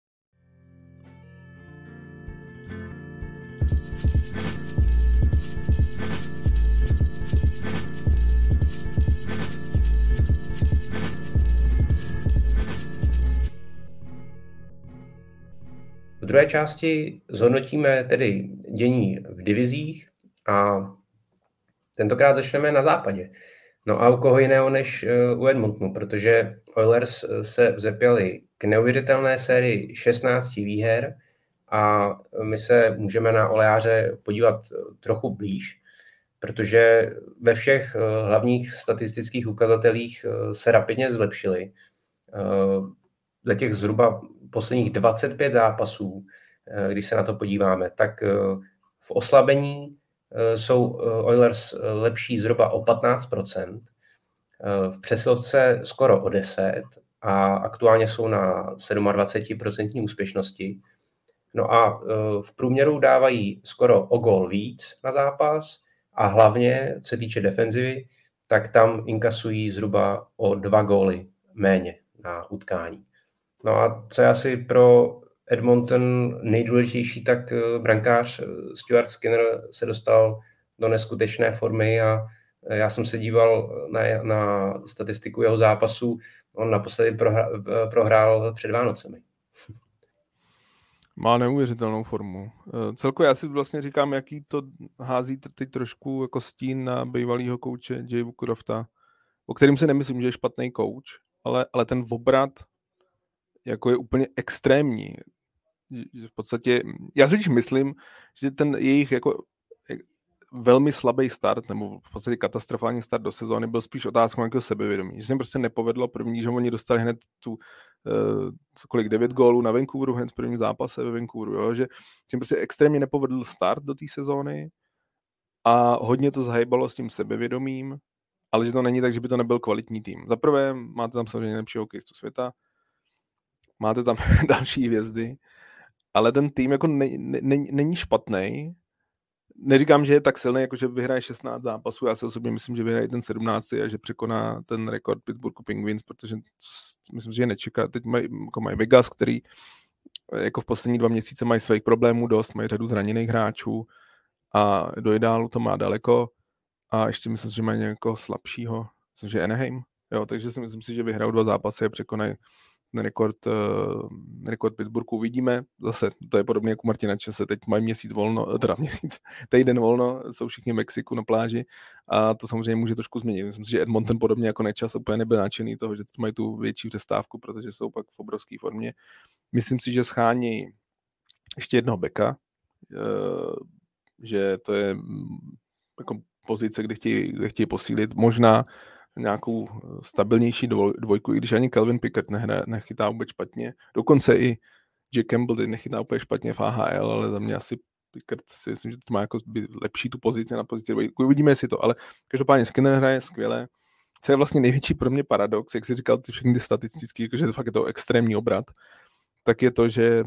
V druhé části zhodnotíme tedy dění v divizích a tentokrát začneme na západě. No a u koho jiného než u Edmontonu, protože Oilers se vzepěli k neuvěřitelné sérii šestnácti výher a my se můžeme na oleáře podívat trochu blíž, protože ve všech hlavních statistických ukazatelích se rapidně zlepšili. Za těch zhruba posledních dvacet pět zápasů, když se na to podíváme, tak v oslabení jsou Oilers lepší zhruba o patnáct procent, v přesilovce skoro o deset a aktuálně jsou na dvacet sedm procent úspěšnosti. No a v průměru dávají skoro o gól víc na zápas a hlavně, co se týče defenzivy, tak tam inkasují zhruba o dva góly méně na utkání. No a co je asi pro Edmonton nejdůležitější, tak brankář Stuart Skinner se dostal do neskutečné formy a já jsem se díval na, na statistiku jeho zápasů. On naposledy prohrál, prohrál před Vánocemi. Má neuvěřitelnou formu. Celkově já si vlastně říkám, jaký to hází teď trošku jako stín na bývalýho kouče Jay Woodcrofta, o kterým si nemyslím, že je špatný kouč, ale, ale ten obrat jako je úplně extrémní. V podstatě, já si myslím, že ten jejich jako velmi slabý start, nebo v podstatě katastrofální start do sezóny byl spíš otázkou nějakého sebevědomí. Že se jim prostě nepovedlo první, že oni dostali hned tu uh, kolik, devět gólů na Vancouveru, hned v prvním zápase ve Vancouveru, jo? Že se jim prostě extrémně nepovedl start do té sezóny a hodně to zahejbalo s tím sebevědomím, ale že to není tak, že by to nebyl kvalitní tým. Za prvé máte tam samozřejmě nejlepšího hokejistu světa, máte tam další hvězdy, ale ten tým jako ne, ne, ne, není špatný. Neříkám, že je tak silný, jako že vyhraje šestnáct zápasů, já si osobně myslím, že vyhraje ten sedmnáctý a že překoná ten rekord Pittsburghu Penguins, protože myslím, že je nečeká. Teď mají, jako mají Vegas, který jako v poslední dva měsíce mají svých problémů dost, mají řadu zraněných hráčů a do ideálu to má daleko a ještě myslím, že mají nějakého slabšího, myslím, že Anaheim, jo, takže si myslím si, že vyhrajou dva zápasy a překonají rekord, uh, rekord Pittsburghu. Uvidíme, zase to je podobně jako Martina Čese, teď mají měsíc volno, teda měsíc, týden volno, jsou všichni v Mexiku na pláži a to samozřejmě může trošku změnit. Myslím si, že Edmonton podobně jako Nečas úplně nebyl nadšený toho, že mají tu větší přestávku, protože jsou pak v obrovské formě. Myslím si, že schání ještě jednoho beka, uh, že to je jako pozice, kde chtějí, kde chtějí posílit, možná nějakou stabilnější dvojku, i když ani Calvin Pickett nehra, nechytá vůbec špatně. Dokonce i Jack Campbell nechytá úplně špatně v A H L, ale za mě asi Pickett si myslím, že to má jako lepší tu pozici na pozici dvojky. Uvidíme si to, ale každopádně Skinner hraje skvěle. Co je vlastně největší pro mě paradox, jak jsi říkal, ty všechny ty statisticky, že to fakt je to extrémní obrat, tak je to, že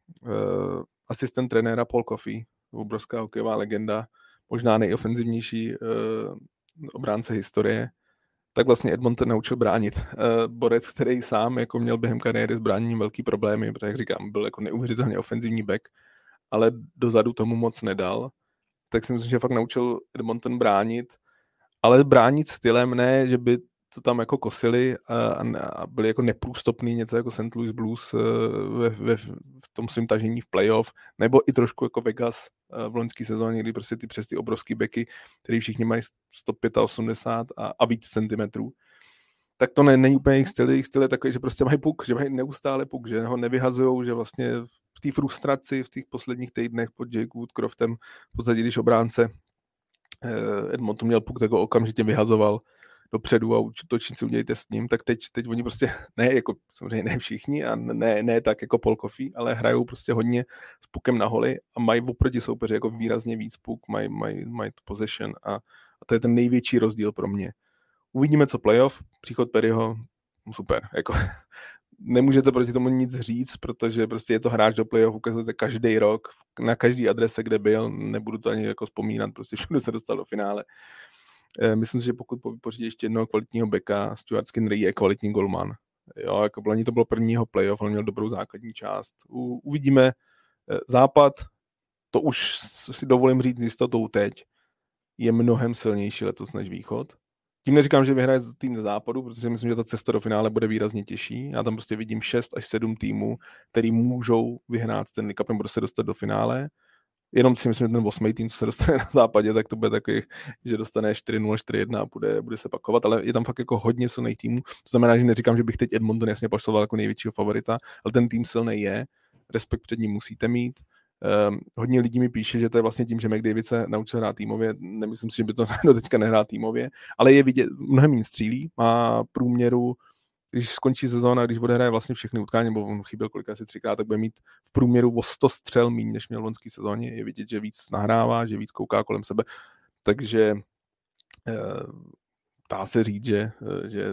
uh, asistent trenéra Paul Coffey, obrovská hokejová legenda, možná nejofenzivnější uh, obránce historie, tak vlastně Edmonton naučil bránit. Uh, borec, který sám jako měl během kariéry s bráněním velký problémy, protože jak říkám, byl jako neuvěřitelně ofenzivní back, ale dozadu tomu moc nedal, tak si myslím, že fakt naučil Edmonton bránit, ale bránit stylem, ne, že by to tam jako kosili a, a byli jako neprůstupný, něco jako Saint Louis Blues ve, ve, v tom svým tažení v playoff, nebo i trošku jako Vegas v loňské sezóně, kdy prostě ty přes ty obrovský beky, který všichni mají sto osmdesát pět a, a víc centimetrů, tak to ne, není úplně jejich styl. Jejich styl je takový, že prostě mají puk, že mají neustále puk, že ho nevyhazujou, že vlastně té frustraci v těch posledních týdnech pod Jake Woodcroftem, v podstatě když obránce Edmonton měl puk, tak ho okamžitě vyhazoval dopředu a útočníci udělejte s ním, tak teď, teď oni prostě, ne jako samozřejmě ne všichni a ne, ne tak jako Paul Coffey, ale hrajou prostě hodně s pukem na holi a mají oproti soupeři jako výrazně víc puk, mají, mají, mají tu possession a, a to je ten největší rozdíl pro mě. Uvidíme, co playoff, příchod Perryho, super, jako nemůžete proti tomu nic říct, protože prostě je to hráč do playoff, ukazujete každý rok, na každý adrese, kde byl, nebudu to ani jako vzpomínat, prostě všude se dostal do finále. Myslím si, že pokud pořídí ještě jednoho kvalitního beka, Stuart Skinner je kvalitní golman. Jo, jako loni to bylo prvního playoff, on měl dobrou základní část. U, uvidíme. Západ, to už si dovolím říct s jistotou teď, je mnohem silnější letos než východ. Tím neříkám, že vyhraje tým ze západu, protože myslím, že ta cesta do finále bude výrazně těžší. Já tam prostě vidím šest až sedm týmů, který můžou vyhrát Stanley Cup nebo se dostat do finále. Jenom si myslím, že ten osmý tým, co se dostane na západě, tak to bude takový, že dostane čtyři nula, čtyři jedna a bude, bude se pakovat, ale je tam fakt jako hodně silných týmů. To znamená, že neříkám, že bych teď Edmonton jasně pošloval jako největšího favorita, ale ten tým silný je, respekt před ním musíte mít. Um, hodně lidí mi píše, že to je vlastně tím, že McDavid se naučil hrát týmově. Nemyslím si, že by to do teďka nehrál týmově, ale je vidět, mnohem méně střílí, má průměru, když skončí sezóna, když odehraje vlastně všechny utkání, nebo on chyběl kolik asi třikrát, tak bude mít v průměru o sto střel míň, než měl v loňské sezóně. Je vidět, že víc nahrává, že víc kouká kolem sebe. Takže eh, dá se říct, že, že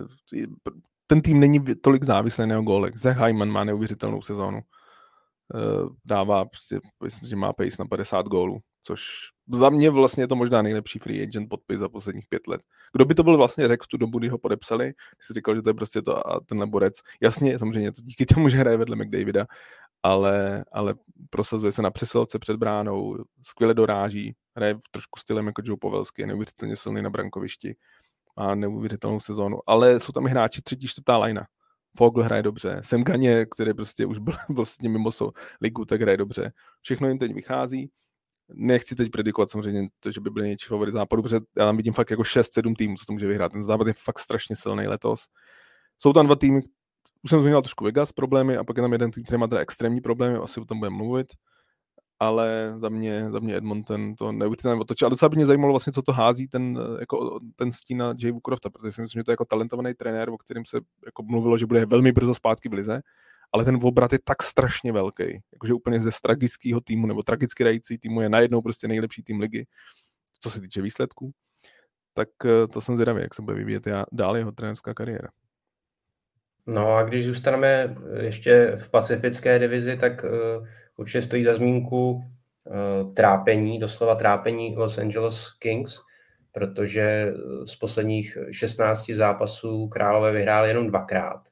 ten tým není tolik závislý na jeho gólech. Zach Hyman má neuvěřitelnou sezónu. Eh, dává, prostě, myslím, že má pace na padesát gólů, což za mě vlastně je to možná nejlepší free agent podpis za posledních pět let. Kdo by to byl vlastně řekl v tu dobu, kdy ho podepsali, když si říkal, že to je prostě to a tenhle borec. Jasně, samozřejmě to díky tomu, že hraje vedle McDavida, ale, ale prosazuje se na přesilovce před bránou, skvěle doráží, hraje trošku stylem jako Joe Pavelski, je neuvěřitelně silný na brankovišti, má neuvěřitelnou sezónu, ale jsou tam i hráči třetí, čtvrtá lajna. Fogel hraje dobře, Sam Gagner, který prostě už byl vlastně mimo ligu, tak hraje dobře. Všechno jim teď vychází. Nechci teď predikovat samozřejmě to, že by byly něčí favorit západu, protože já tam vidím fakt jako šest sedm týmů, co to může vyhrát. Ten západ je fakt strašně silný letos. Jsou tam dva týmy, už jsem zmínil trošku Vegas problémy a pak je tam jeden tým, který má teda extrémní problémy, asi o tom budeme mluvit, ale za mě, za mě Edmonton to neuvěřitelně otočil. A docela by mě zajímalo vlastně, co to hází ten, jako, ten stín na Jay Woodcrofta, protože si myslím, že to je jako talentovaný trenér, o kterém se jako mluvilo, že bude velmi brzo zpátky v lize, ale ten obrat je tak strašně velký, jakože úplně ze tragického týmu nebo tragicky hrající týmu je najednou prostě nejlepší tým ligy, co se týče výsledků. Tak to jsem zvědavý, jak se bude vyvíjet dál jeho trenérská kariéra. No a když zůstaneme ještě v pacifické divizi, tak uh, určitě stojí za zmínku uh, trápení, doslova trápení Los Angeles Kings, protože z posledních šestnácti zápasů Králové vyhráli jenom dvakrát.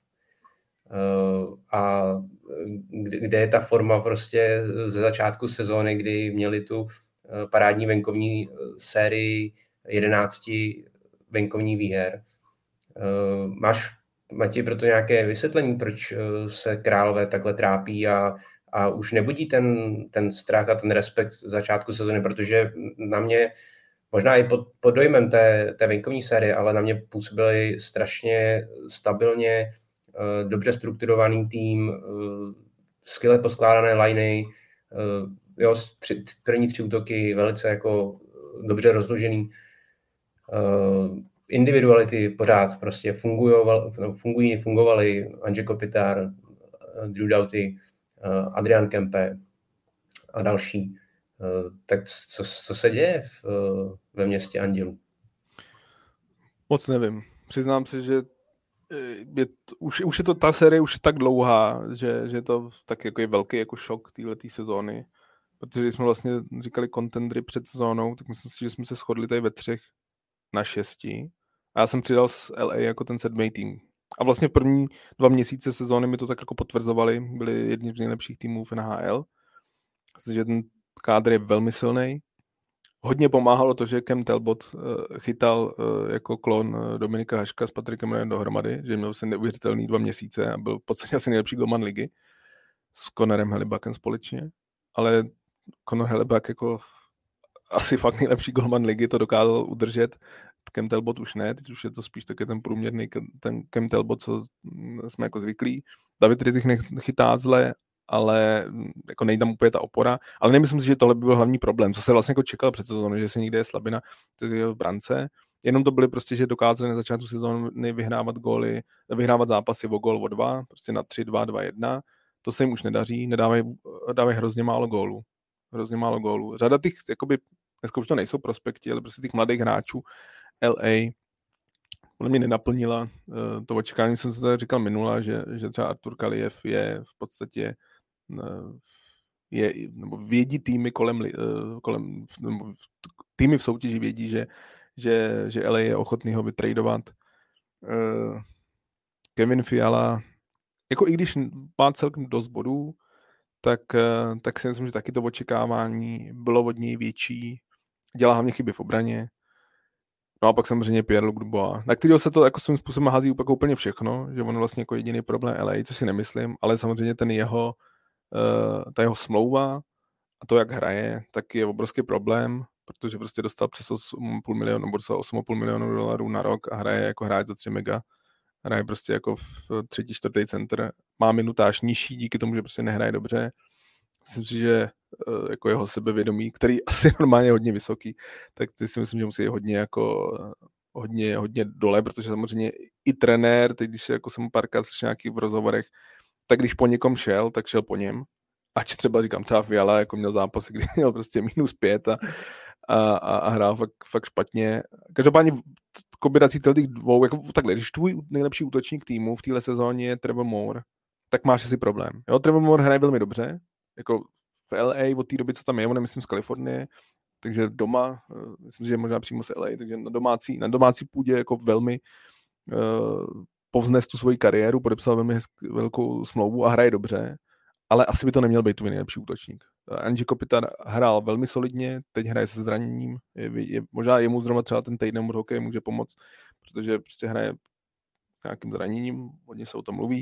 Uh, a kde, kde je ta forma prostě ze začátku sezóny, kdy měli tu uh, parádní venkovní sérii jedenácti venkovní výher. Uh, máš, Matěj, proto nějaké vysvětlení, proč uh, se Králové takhle trápí a, a už nebudí ten, ten strach a ten respekt z začátku sezóny, protože na mě, možná i pod, pod dojmem té, té venkovní série, ale na mě působili strašně stabilně, dobře strukturovaný tým, skvěle poskládané liney, jo, tři, první tři útoky velice jako dobře rozložený. Individuality pořád prostě fungují, fungovaly Anže Kopitar, Drew Doughty, Adrian Kempe a další. Tak co, co se děje v, ve městě Andělů? Moc nevím. Přiznám se, že je, už, už je to ta série už tak dlouhá, že, že je to tak jako je velký jako šok téhletý sezóny, protože jsme vlastně říkali contendry před sezónou, tak myslím si, že jsme se shodli tady ve třech na šesti a já jsem přidal z L A jako ten sedmý tým. A vlastně v první dva měsíce sezóny mi to tak jako potvrzovali, byli jedni z nejlepších týmů v N H L, protože ten kádr je velmi silný. Hodně pomáhalo to, že Cam Talbot chytal jako klon Dominika Haška s Patrickem Ryanem dohromady, že měl se neuvěřitelný dva měsíce a byl v podstatě asi nejlepší golman ligy s Connorem Hellebuyckem společně, ale Connor Hellebuyck jako asi fakt nejlepší golman ligy to dokázal udržet. Cam Talbot už ne, teď už je to spíš taky ten průměrný ten Cam Talbot, co jsme jako zvyklí. David Rittich nechytá zle, ale jako nejde tam úplně ta opora, ale nemyslím si, že tohle by byl hlavní problém, co se vlastně jako čekal před sezónou, že se někde je slabina v brance, jenom to byly prostě, že dokázali na začátku sezóny vyhrávat góly, vyhrávat zápasy o gól o dva, prostě na tři, dva, dva, jedna, to se jim už nedaří, nedávají dávají hrozně málo gólů, hrozně málo gólů. Řada těch, jakoby, dneska už to nejsou prospekti, ale prostě těch mladých hráčů L A podle mě nenaplnila uh, to očekávání, jsem se tady říkal minula, že, že třeba Artur Kaliev je v podstatě uh, je, nebo vědí týmy kolem, uh, kolem nebo týmy v soutěži vědí, že, že, že L A je ochotný ho vytradovat. Uh, Kevin Fiala, jako i když má celkem dost bodů, tak, uh, tak si myslím, že taky to očekávání bylo od něj větší. Dělá hlavně chyby v obraně. No a pak samozřejmě Pierre-Luc Dubois, na kterého se to jako svým způsobem hází úplně, úplně všechno, že on vlastně jako jediný problém L A, co si nemyslím, ale samozřejmě ten jeho, uh, ta jeho smlouva a to, jak hraje, tak je obrovský problém, protože prostě dostal přes osm a půl milionu, nebo dostal osm a půl milionu dolarů na rok a hraje jako hráč za tři mega. Hraje prostě jako v třetí, čtvrtý center, má minutáž nižší díky tomu, že prostě nehraje dobře. Myslím si, že uh, jako jeho sebevědomí, který asi normálně je hodně vysoký, tak ty si myslím, že musí hodně jako hodně, hodně dole, protože samozřejmě i trenér, teď když jako jsem párkrát slyšel nějakých v rozhovorech, tak když po někom šel, tak šel po něm. Ať třeba říkám, třeba Fiala jako měl zápasy, kdy měl prostě minus pět a, a, a hrál fakt, fakt špatně. Každopádně kombinací těch dvou, jako takhle, když tvůj nejlepší útočník týmu v téhle sezóně je Trevor Moore, tak máš asi problém. Jo, Trevor Moore hraje velmi dobře, jako v L A od té doby, co tam je, on je, myslím, z Kalifornie, takže doma, myslím, že je možná přímo z L A, takže na domácí, na domácí půdě jako velmi uh, povznes tu svoji kariéru, podepsal velmi hezk, velkou smlouvu a hraje dobře, ale asi by to neměl být tvůj nejlepší útočník. Anže Kopitar hrál velmi solidně, teď hraje se zraněním, je, je, možná jemu zrovna třeba ten týden od hokeje může pomoct, protože prostě hraje s nějakým zraněním, hodně se o tom mluví,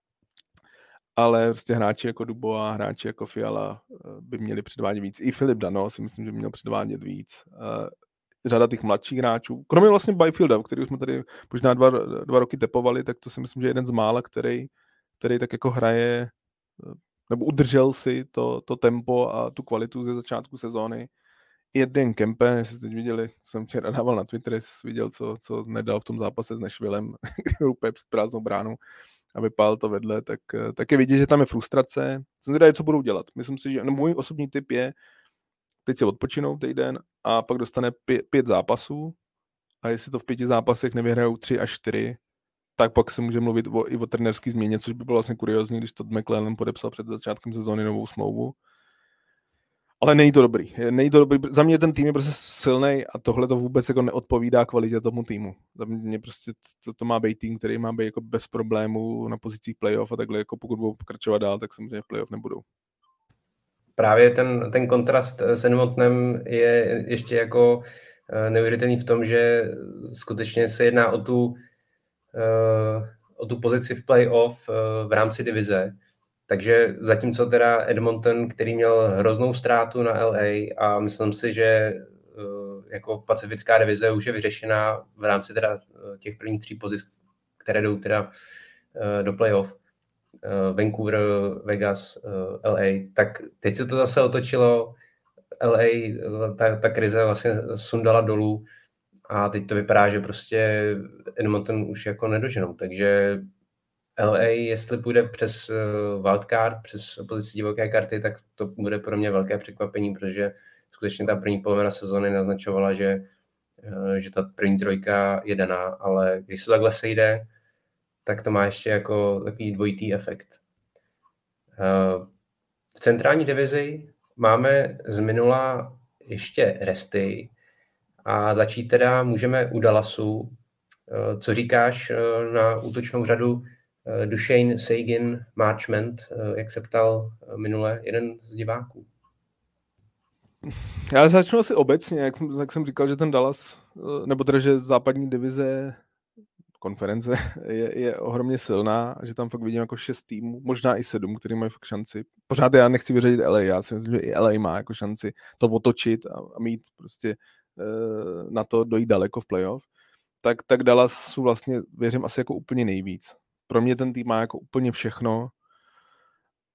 ale prostě hráči jako Dubois, hráči jako Fiala by měli předvádět víc. I Filip Dano si myslím, že by měl předvádět víc. Řada těch mladších hráčů, kromě vlastně Byfielda, který jsme tady možná dva, dva roky tepovali, tak to si myslím, že je jeden z mála, který, který tak jako hraje, nebo udržel si to, to tempo a tu kvalitu ze začátku sezóny. I jeden Kempe, jestli jste teď viděli, jsem včera dával na Twitter, jestli jsi viděl, co, co nedal v tom zápase s Nashvillem, kdy byl úplně před prázdnou bránou a vypál to vedle, tak, tak je vidět, že tam je frustrace. Jsem zvědavý, co budou dělat. Myslím si, že no, můj osobní tip je, teď si odpočinou týden a pak dostane pět, pět zápasů a jestli to v pěti zápasech nevyhrajou tři až čtyři, tak pak se může mluvit o, i o trenérský změně, což by bylo vlastně kuriózní, když Todd McLellan podepsal před začátkem sezóny novou smlouvu. Ale není to dobrý. Není to dobrý. Za mě ten tým je prostě silnej a tohle to vůbec jako neodpovídá kvalitě tomu týmu. Za mě prostě to, to má být tým, který má být jako bez problémů na pozicích playoff a takhle jako pokud budou pokračovat dál, tak samozřejmě v playoff nebudou. Právě ten, ten kontrast s Edmontonem je ještě jako neuvěřitelný v tom, že skutečně se jedná o tu, o tu pozici v playoff v rámci divize. Takže zatímco teda Edmonton, který měl hroznou ztrátu na L A a myslím si, že jako pacifická divize už je vyřešená v rámci teda těch prvních tří pozic, které jdou teda do playoff, Vancouver, Vegas, L A, tak teď se to zase otočilo, L A, ta, ta krize vlastně sundala dolů a teď to vypadá, že prostě Edmonton už jako nedoženou, takže L A, jestli půjde přes wildcard, přes pozici divoké karty, tak to bude pro mě velké překvapení, protože skutečně ta první polovina sezóny naznačovala, že, že ta první trojka je daná, ale když se takhle sejde, tak to má ještě jako takový dvojitý efekt. V centrální divizi máme z minula ještě resty a začít teda můžeme u Dallasu. Co říkáš na útočnou řadu Duchesne, Seguin, Marchment, jak se ptal minule jeden z diváků? Já začnu asi obecně, jak, jak jsem říkal, že ten Dallas, nebo teda, že západní divize konference je, je ohromně silná a že tam fakt vidím jako šest týmů, možná i sedm, který mají fakt šanci. Pořád já nechci vyřadit L A, já si myslím, že i L A má jako šanci to otočit a, a mít prostě uh, na to dojít daleko v playoff. Tak, tak Dallasu vlastně věřím asi jako úplně nejvíc. Pro mě ten tým má jako úplně všechno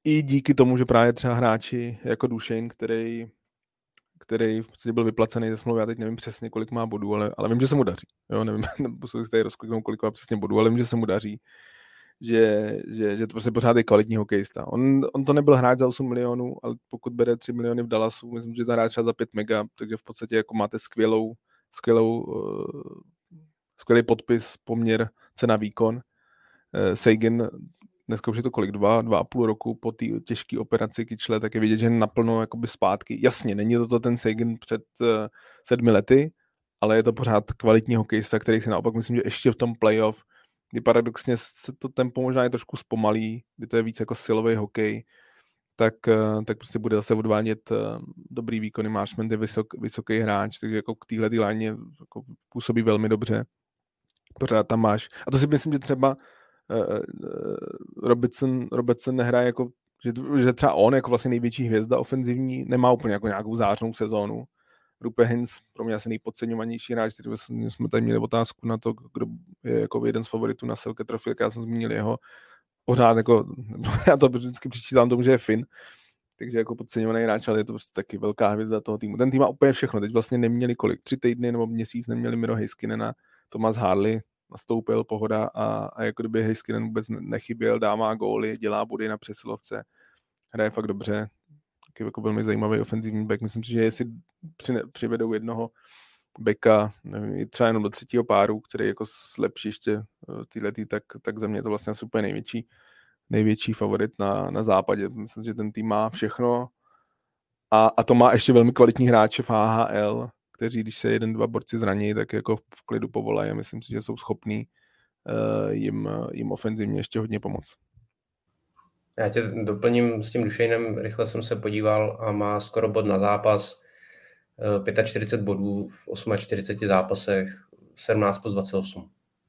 i díky tomu, že právě třeba hráči jako Dušejn, který, který v podstatě byl vyplacený ze smlouvy, já teď nevím přesně, kolik má bodů, ale, ale vím, že se mu daří. Jo, nevím, nebo se tady rozkliknout, kolik má přesně bodů, ale vím, že se mu daří. Že, že, že to prostě pořád je kvalitní hokejista. On, on to nebyl hráč za osm milionů, ale pokud bere tři miliony v Dallasu, myslím, že to hráč třeba za pět mega, takže v podstatě jako máte skvělou, skvělou, uh, skvělý podpis, poměr cena výkon. Uh, Seguin, dneska už je to kolik, dva, dva a půl roku po té těžké operaci kyčle, tak je vidět, že je naplno jakoby zpátky. Jasně, není to, to ten Seguin před uh, sedmi lety, ale je to pořád kvalitní hokejista, který si naopak myslím, že ještě v tom playoff, kdy paradoxně se to tempo možná je trošku zpomalí, kdy to je víc jako silový hokej, tak, tak prostě bude zase odvádět dobrý výkony. Marchment je vysok, vysoký hráč, takže jako k téhle léně jako působí velmi dobře. Pořád tam máš. A to si myslím, že třeba uh, Robertson, Robertson nehraje jako, že, že třeba on jako vlastně největší hvězda ofenzivní nemá úplně jako nějakou zářnou sezónu. Roope Hintz, pro mě asi nejpodceňovanější hráč, který jsme tady měli otázku na to, kdo je jako jeden z favoritů na Selke Trophy, tak já jsem zmínil jeho. Pořád jako, já to vždycky přičítám tomu, že je Fin, takže jako podceňovaný hráč, ale je to prostě taky velká hvězda toho týmu. Ten tým má úplně všechno, teď vlastně neměli kolik, tři týdny nebo měsíc neměli Miro Heiskinena, Thomas Harley nastoupil, pohoda a, a jako kdyby Heiskinen vůbec nechyběl, dává góly, dělá body na přesilovce, hraje fakt dobře. Taky jako velmi zajímavý ofenzivní back. Myslím si, že jestli přivedou jednoho backa, nevím, třeba jenom do třetího páru, který jako zlepší ještě týhletý, tak, tak za mě je to vlastně asi úplně největší, největší favorit na, na západě. Myslím, že ten tým má všechno a, a to má ještě velmi kvalitní hráče v A H L, kteří, když se jeden, dva borci zraní, tak jako v klidu povolají a myslím si, že jsou schopní uh, jim, jim ofenzivně ještě hodně pomoct. Já tě doplním s tím Dušejnem, rychle jsem se podíval a má skoro bod na zápas, čtyřicet pět bodů v čtyřiceti osmi zápasech, sedmnáct plus dvacet osm.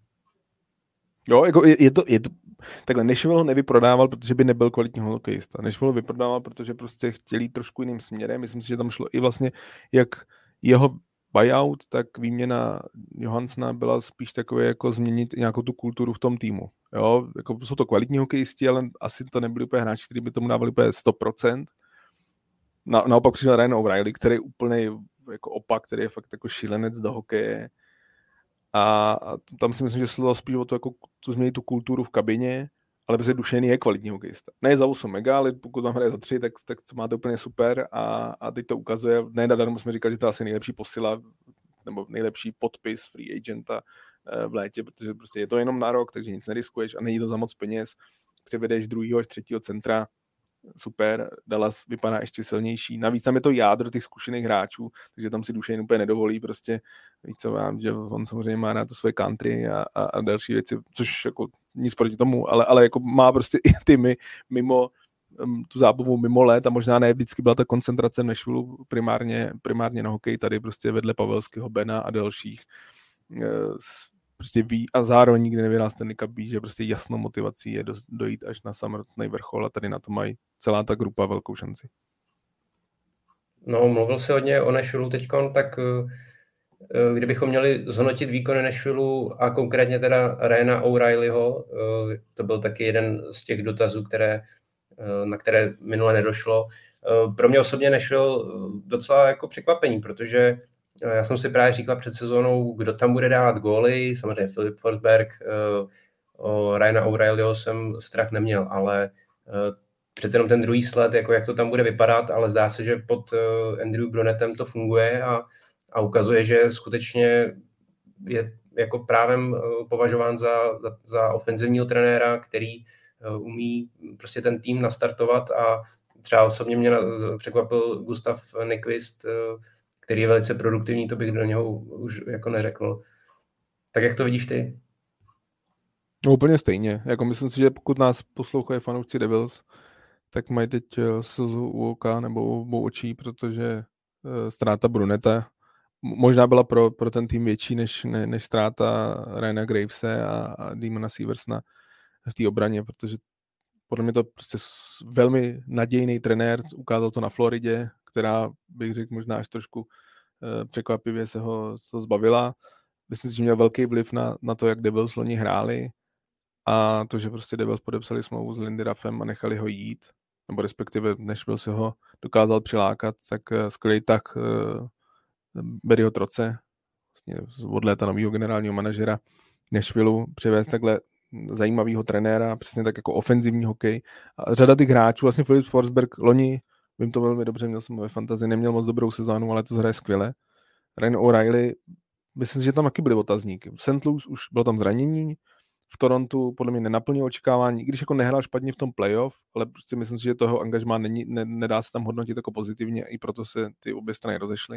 Jo, jako je, je, to, je to, takhle Nashville ho nevyprodával, protože by nebyl kvalitní hokejista. Nashville ho vyprodával, protože prostě chtěli trošku jiným směrem. Myslím si, že tam šlo i vlastně jak jeho buyout, tak výměna Johanssona byla spíš takové jako změnit nějakou tu kulturu v tom týmu. Jo, jako jsou to kvalitní hokejisti, ale asi to nebyli úplně hráči, kteří by tomu dávali úplně sto procent. Na, naopak přišel Ryan O'Reilly, který je úplný jako opak, který je fakt jako šílenec do hokeje. A, a tam si myslím, že se to spíš o to, jako, to změnit tu kulturu v kabině, ale protože Dušený je kvalitní hokejista. Ne za osm mega, ale pokud tam hraje za tři, tak, tak to máte úplně super a, a teď to ukazuje. Ne nadarmo jsme říkali, že to je asi nejlepší posila nebo nejlepší podpis free agenta v létě, protože prostě je to jenom na rok, takže nic neriskuješ a není to za moc peněz. Přivedeš druhýho až třetího centra, super, Dallas vypadá ještě silnější. Navíc tam je to jádro těch zkušených hráčů, takže tam si Dušejn úplně nedovolí prostě, víc co vám, že on samozřejmě má rád to své country a, a, a další věci, což jako nic proti tomu, ale, ale jako má prostě i týmy mimo um, tu zábavu mimo let a možná ne vždycky byla ta koncentrace v Nashville primárně, primárně na hokej, tady prostě vedle Pavelského, Bena a dalších uh, prostě ví a zároveň nikdy nevyhrál Stanley Cup, ví, že prostě jasnou motivací je do, dojít až na samotný vrchol a tady na to mají celá ta grupa velkou šanci. No, mluvil se hodně o Nashville teďkon, tak kdybychom měli zhodnotit výkony Nashville a konkrétně teda Ryana O'Reillyho, to byl taky jeden z těch dotazů, které, na které minule nedošlo. Pro mě osobně Nashville docela jako překvapení, protože já jsem si právě říkal před sezónou, kdo tam bude dávat góly, samozřejmě Filip Forsberg, o Ryana O'Reillyho jsem strach neměl, ale přece jenom ten druhý sled, jako jak to tam bude vypadat, ale zdá se, že pod Andrew Brunettem to funguje a, a ukazuje, že skutečně je jako právem považován za, za, za ofenzivního trenéra, který umí prostě ten tým nastartovat a třeba osobně mě překvapil Gustav Nyquist, který je velice produktivní, to bych do něho už jako neřekl. Tak jak to vidíš ty? No úplně stejně. Jako myslím si, že pokud nás poslouchají fanoušci Devils, tak mají teď slzu u oka nebo u obou očí, protože ztráta Bruneta možná byla pro, pro ten tým větší než, ne, než ztráta Ryana Gravese a, a Demona Seversna v té obraně, protože podle mě to prostě velmi nadějný trenér, ukázal to na Floridě, která bych řekl možná až trošku eh, překvapivě se ho, se ho zbavila. Myslím si, že měl velký vliv na, na to, jak Devils loni hráli a to, že prostě Devils podepsali smlouvu s Lindy Ruffem a nechali ho jít, nebo respektive Nashville si ho dokázal přilákat, tak skvělý tak Barryho Troce, vlastně od léta nového generálního manažera Nashvilleu, přivést takhle zajímavého trenéra, přesně tak jako ofenzivní hokej. A řada těch hráčů, vlastně Filip Forsberg loni, vím to velmi dobře, měl jsem ve fantazii, neměl moc dobrou sezónu, ale to hraje skvěle. Ryan O'Reilly, myslím si, že tam taky byly otazníky. V Saint Louis už bylo tam zranění, v Torontu podle mě nenaplnil očekávání, i když jako nehrál špatně v tom playoff, ale prostě myslím si, že toho angažmá není, ne, nedá se tam hodnotit jako pozitivně, i proto se ty obě strany rozešly.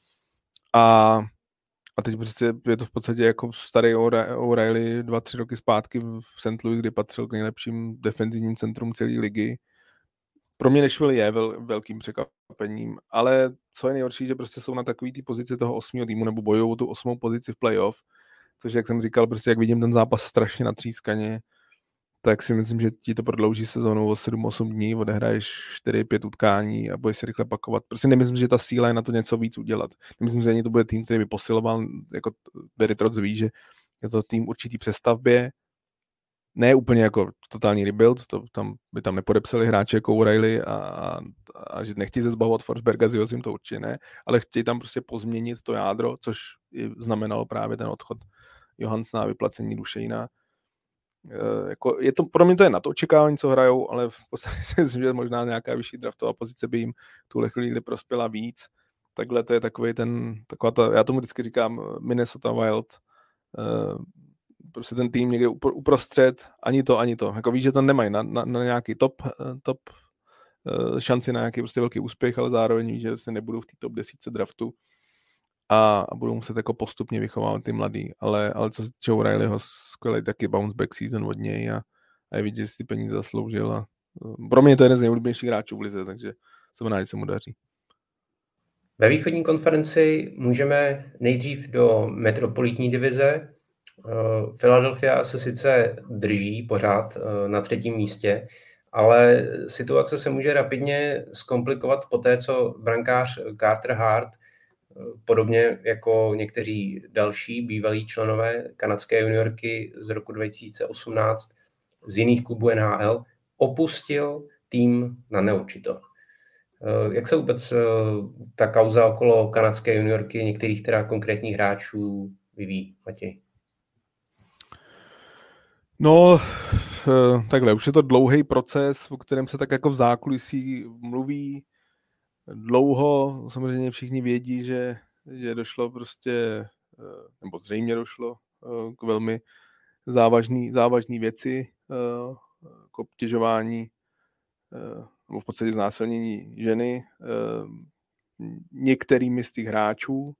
A, a teď prostě je to v podstatě jako starý O'Reilly dva, tři roky zpátky v Saint Louis, kdy patřil k nejlepším defenzivním centrum celé ligy. Pro mě Nashville je vel, velkým překvapením, ale co je nejhorší, že prostě jsou na takový té pozici toho osmého týmu nebo bojují tu osmou pozici v playoff, což jak jsem říkal, prostě jak vidím ten zápas strašně natřískaně, tak si myslím, že ti to prodlouží sezónu o sedm osm dní, odehraješ čtyři pět utkání a budeš se rychle pakovat. Prostě nemyslím, že ta síla je na to něco víc udělat. Nemyslím, že ani to bude tým, který by posiloval, jako Barry Trotz ví, že je to tým určitý přestavbě, ne úplně jako totální rebuild, to tam by tam nepodepsali hráče jako O'Reilly a, a, a že nechtějí se zbavovat Forsberga s Josim, to určitě ne, ale chtějí tam prostě pozměnit to jádro, což znamenalo právě ten odchod Johanssona a vyplacení Duchesna. E, jako je to, pro mě to je na to očekávání, co hrajou, ale v podstatě si myslím, že možná nějaká vyšší draftová pozice by jim tuhle chvíli prospěla víc. Takhle to je takový ten, taková ta, já tomu vždycky říkám Minnesota Wild, e, prostě ten tým někde uprostřed, ani to, ani to. Jako víš, že to nemají na, na, na nějaký top, top uh, šanci na nějaký prostě velký úspěch, ale zároveň víš, že se nebudou v té top desítce draftu a, a budou muset jako postupně vychovávat ty mladý. Ale, ale co se týče O'Reillyho, skvělý taky bounce back season od něj a, a je vidět, že si peníze zasloužil. A, uh, pro mě to je jeden z nejoblíbenějších hráčů v lize, takže jsem rád, že se mu daří. Ve východní konferenci můžeme nejdřív do metropolitní divize. Philadelphia se sice drží pořád na třetím místě, ale situace se může rapidně zkomplikovat po té, co brankář Carter Hart, podobně jako někteří další bývalí členové kanadské juniorky z roku dva tisíce osmnáct z jiných klubů N H L, opustil tým na neurčito. Jak se vůbec ta kauza okolo kanadské juniorky některých teda konkrétních hráčů vyvíjí, Matěj? No, takhle, už je to dlouhý proces, o kterém se tak jako v zákulisí mluví dlouho. Samozřejmě všichni vědí, že, že došlo prostě, nebo zřejmě došlo k velmi závažný, závažný věci, k obtěžování, nebo v podstatě znásilnění ženy některými z těch hráčů.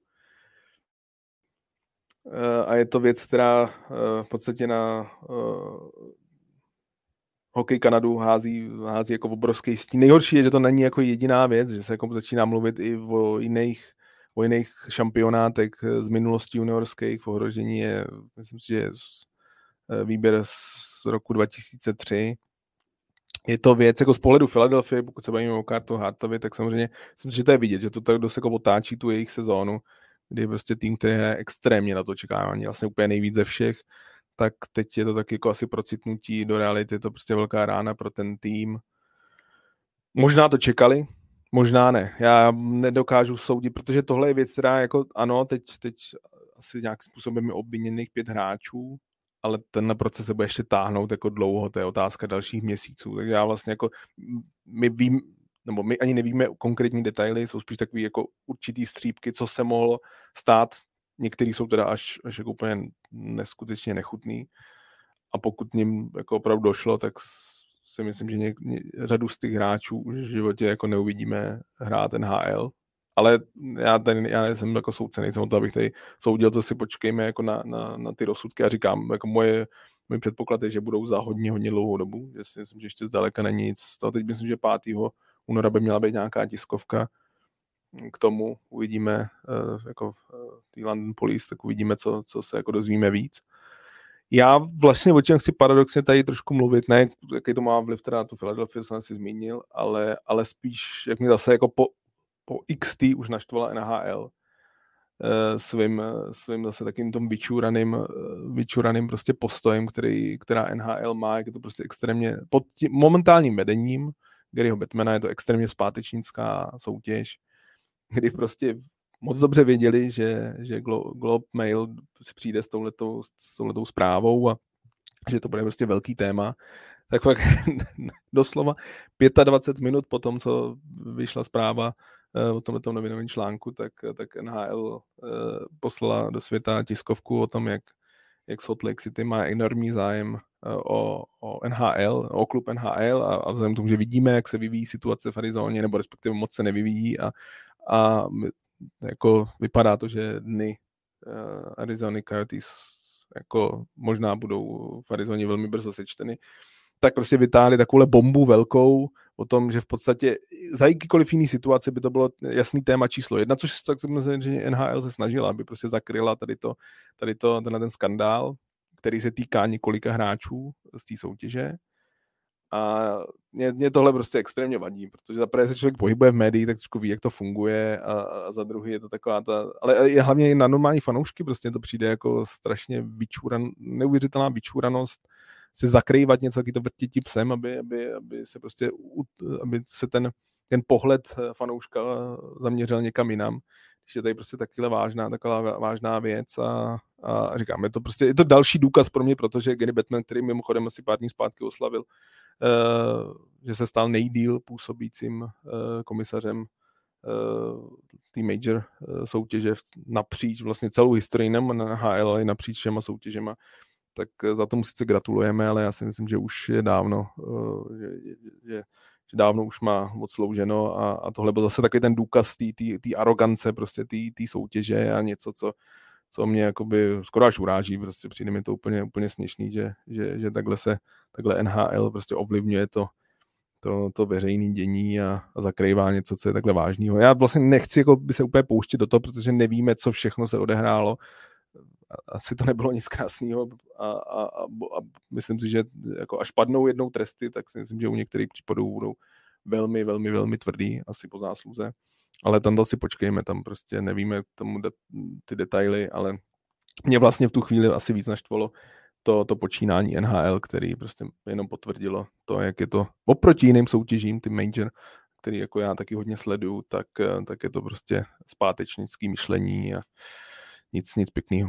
A je to věc, která v podstatě na uh, hokej Kanadu hází, hází jako obrovský stín. Nejhorší je, že to není jako jediná věc, že se jako začíná mluvit i o jiných, o jiných šampionátech z minulosti juniorských. V ohrožení je, myslím si, že je výběr z roku dva tisíce tři. Je to věc jako z pohledu Philadelphia, pokud se bavíme o Carteru Hartovi, tak samozřejmě myslím si, že to je vidět, že to tak dost jako otáčí tu jejich sezónu, kdy je prostě tým, který je extrémně na to očekávání, vlastně úplně nejvíc ze všech, tak teď je to taky jako asi procitnutí do reality, je to prostě velká rána pro ten tým. Možná to čekali, možná ne. Já nedokážu soudit, protože tohle je věc, která jako ano, teď, teď asi nějakým způsobem je obviněných pět hráčů, ale tenhle proces se bude ještě táhnout jako dlouho, to je otázka dalších měsíců. Takže já vlastně jako my vím, nebo my ani nevíme konkrétní detaily, jsou spíš takový jako určitý střípky, co se mohlo stát. Některý jsou teda až, až jako úplně neskutečně nechutný. A pokud ním jako opravdu došlo, tak si myslím, že něk, ně, řadu z těch hráčů už v životě jako neuvidíme hrát N H L. Ale já tady já jsem jako soudce, nejsem o to, abych tady soudil, to si počkejme jako na, na, na ty rozsudky a říkám, jako moje, můj předpoklad je, že budou za hodně, hodně dlouhou dobu. Já si myslím, že ještě zdaleka není nic. To teď myslím, že pátého února by měla být nějaká tiskovka k tomu. Uvidíme uh, jako uh, tý London Police, tak uvidíme, co, co se jako dozvíme víc. Já vlastně o čem chci paradoxně tady trošku mluvit, ne, jaký to má vliv teda na tu Philadelphia, jsem si zmínil, ale, ale spíš, jak mi zase jako po, po X T už naštvala N H L uh, svým, svým zase takým tom vyčuraným, uh, vyčuraným prostě postojem, který, která N H L má, jak je to prostě extrémně pod tím momentálním vedením, Garyho Bettmana, je to extrémně zpátečnická soutěž, kdy prostě moc dobře věděli, že, že Globe Mail si přijde s touhletou, s touhletou zprávou a že to bude prostě velký téma. Tak fakt doslova dvacet pět minut po tom, co vyšla zpráva o tomto novinovém článku, tak, tak N H L poslala do světa tiskovku o tom, jak, jak Salt Lake City má enormní zájem o, o N H L, o klub N H L a, a vzhledem k tomu, že vidíme, jak se vyvíjí situace v Arizoně, nebo respektive moc se nevyvíjí a, a jako vypadá to, že dny uh, Arizony Coyotes jako možná budou v Arizoně velmi brzo sečteny, tak prostě vytáhli takovou bombu velkou o tom, že v podstatě za jakýkoliv jiný situaci by to bylo jasný téma číslo jedna, což tak samozřejmě N H L se snažila, aby prostě zakryla tady to, tady to, tenhle ten skandál, který se týká několika hráčů z té soutěže. A mě, mě tohle prostě extrémně vadí, protože za prvé se člověk pohybuje v médiích, tak trošku ví, jak to funguje a, a za druhý je to taková ta, ale je hlavně i na normální fanoušky prostě to přijde jako strašně vyčuran, neuvěřitelná vyčuranost se zakrývat něco, jaký to vrtětí psem, aby, aby, aby se prostě, aby se ten, ten pohled fanouška zaměřil někam jinam, když je tady prostě takyhle vážná, taková vážná věc a, a říkám, je to prostě, je to další důkaz pro mě, protože Gary Bettman, který mimochodem asi pár dní zpátky oslavil, uh, že se stal nejdýl působícím uh, komisařem uh, té major uh, soutěže napříč vlastně celou historii, nejen na H L, ale napříč všema soutěžema, tak za tomu sice gratulujeme, ale já si myslím, že už je dávno, uh, že, že, že dávno už má odslouženo a, a tohle byl zase takový ten důkaz té arogance prostě té soutěže a něco, co, co mě jakoby skoro až uráží, prostě přijde mi to úplně, úplně směšný, že, že, že takhle se, takhle N H L prostě ovlivňuje to, to, to veřejné dění a, a zakrývá něco, co je takhle vážného. Já vlastně nechci jako by se úplně pouštět do toho, protože nevíme, co všechno se odehrálo. Asi to nebylo nic krásného a, a, a, a myslím si, že jako až padnou jednou tresty, tak si myslím, že u některých případů budou velmi, velmi, velmi tvrdý, asi po zásluze. Ale tam to si počkejme, tam prostě nevíme tomu de- ty detaily, ale mě vlastně v tu chvíli asi víc naštvalo to, to počínání N H L, který prostě jenom potvrdilo to, jak je to oproti jiným soutěžím, ty major, který jako já taky hodně sleduju, tak, tak je to prostě zpátečnický myšlení a nic, nic pěkného.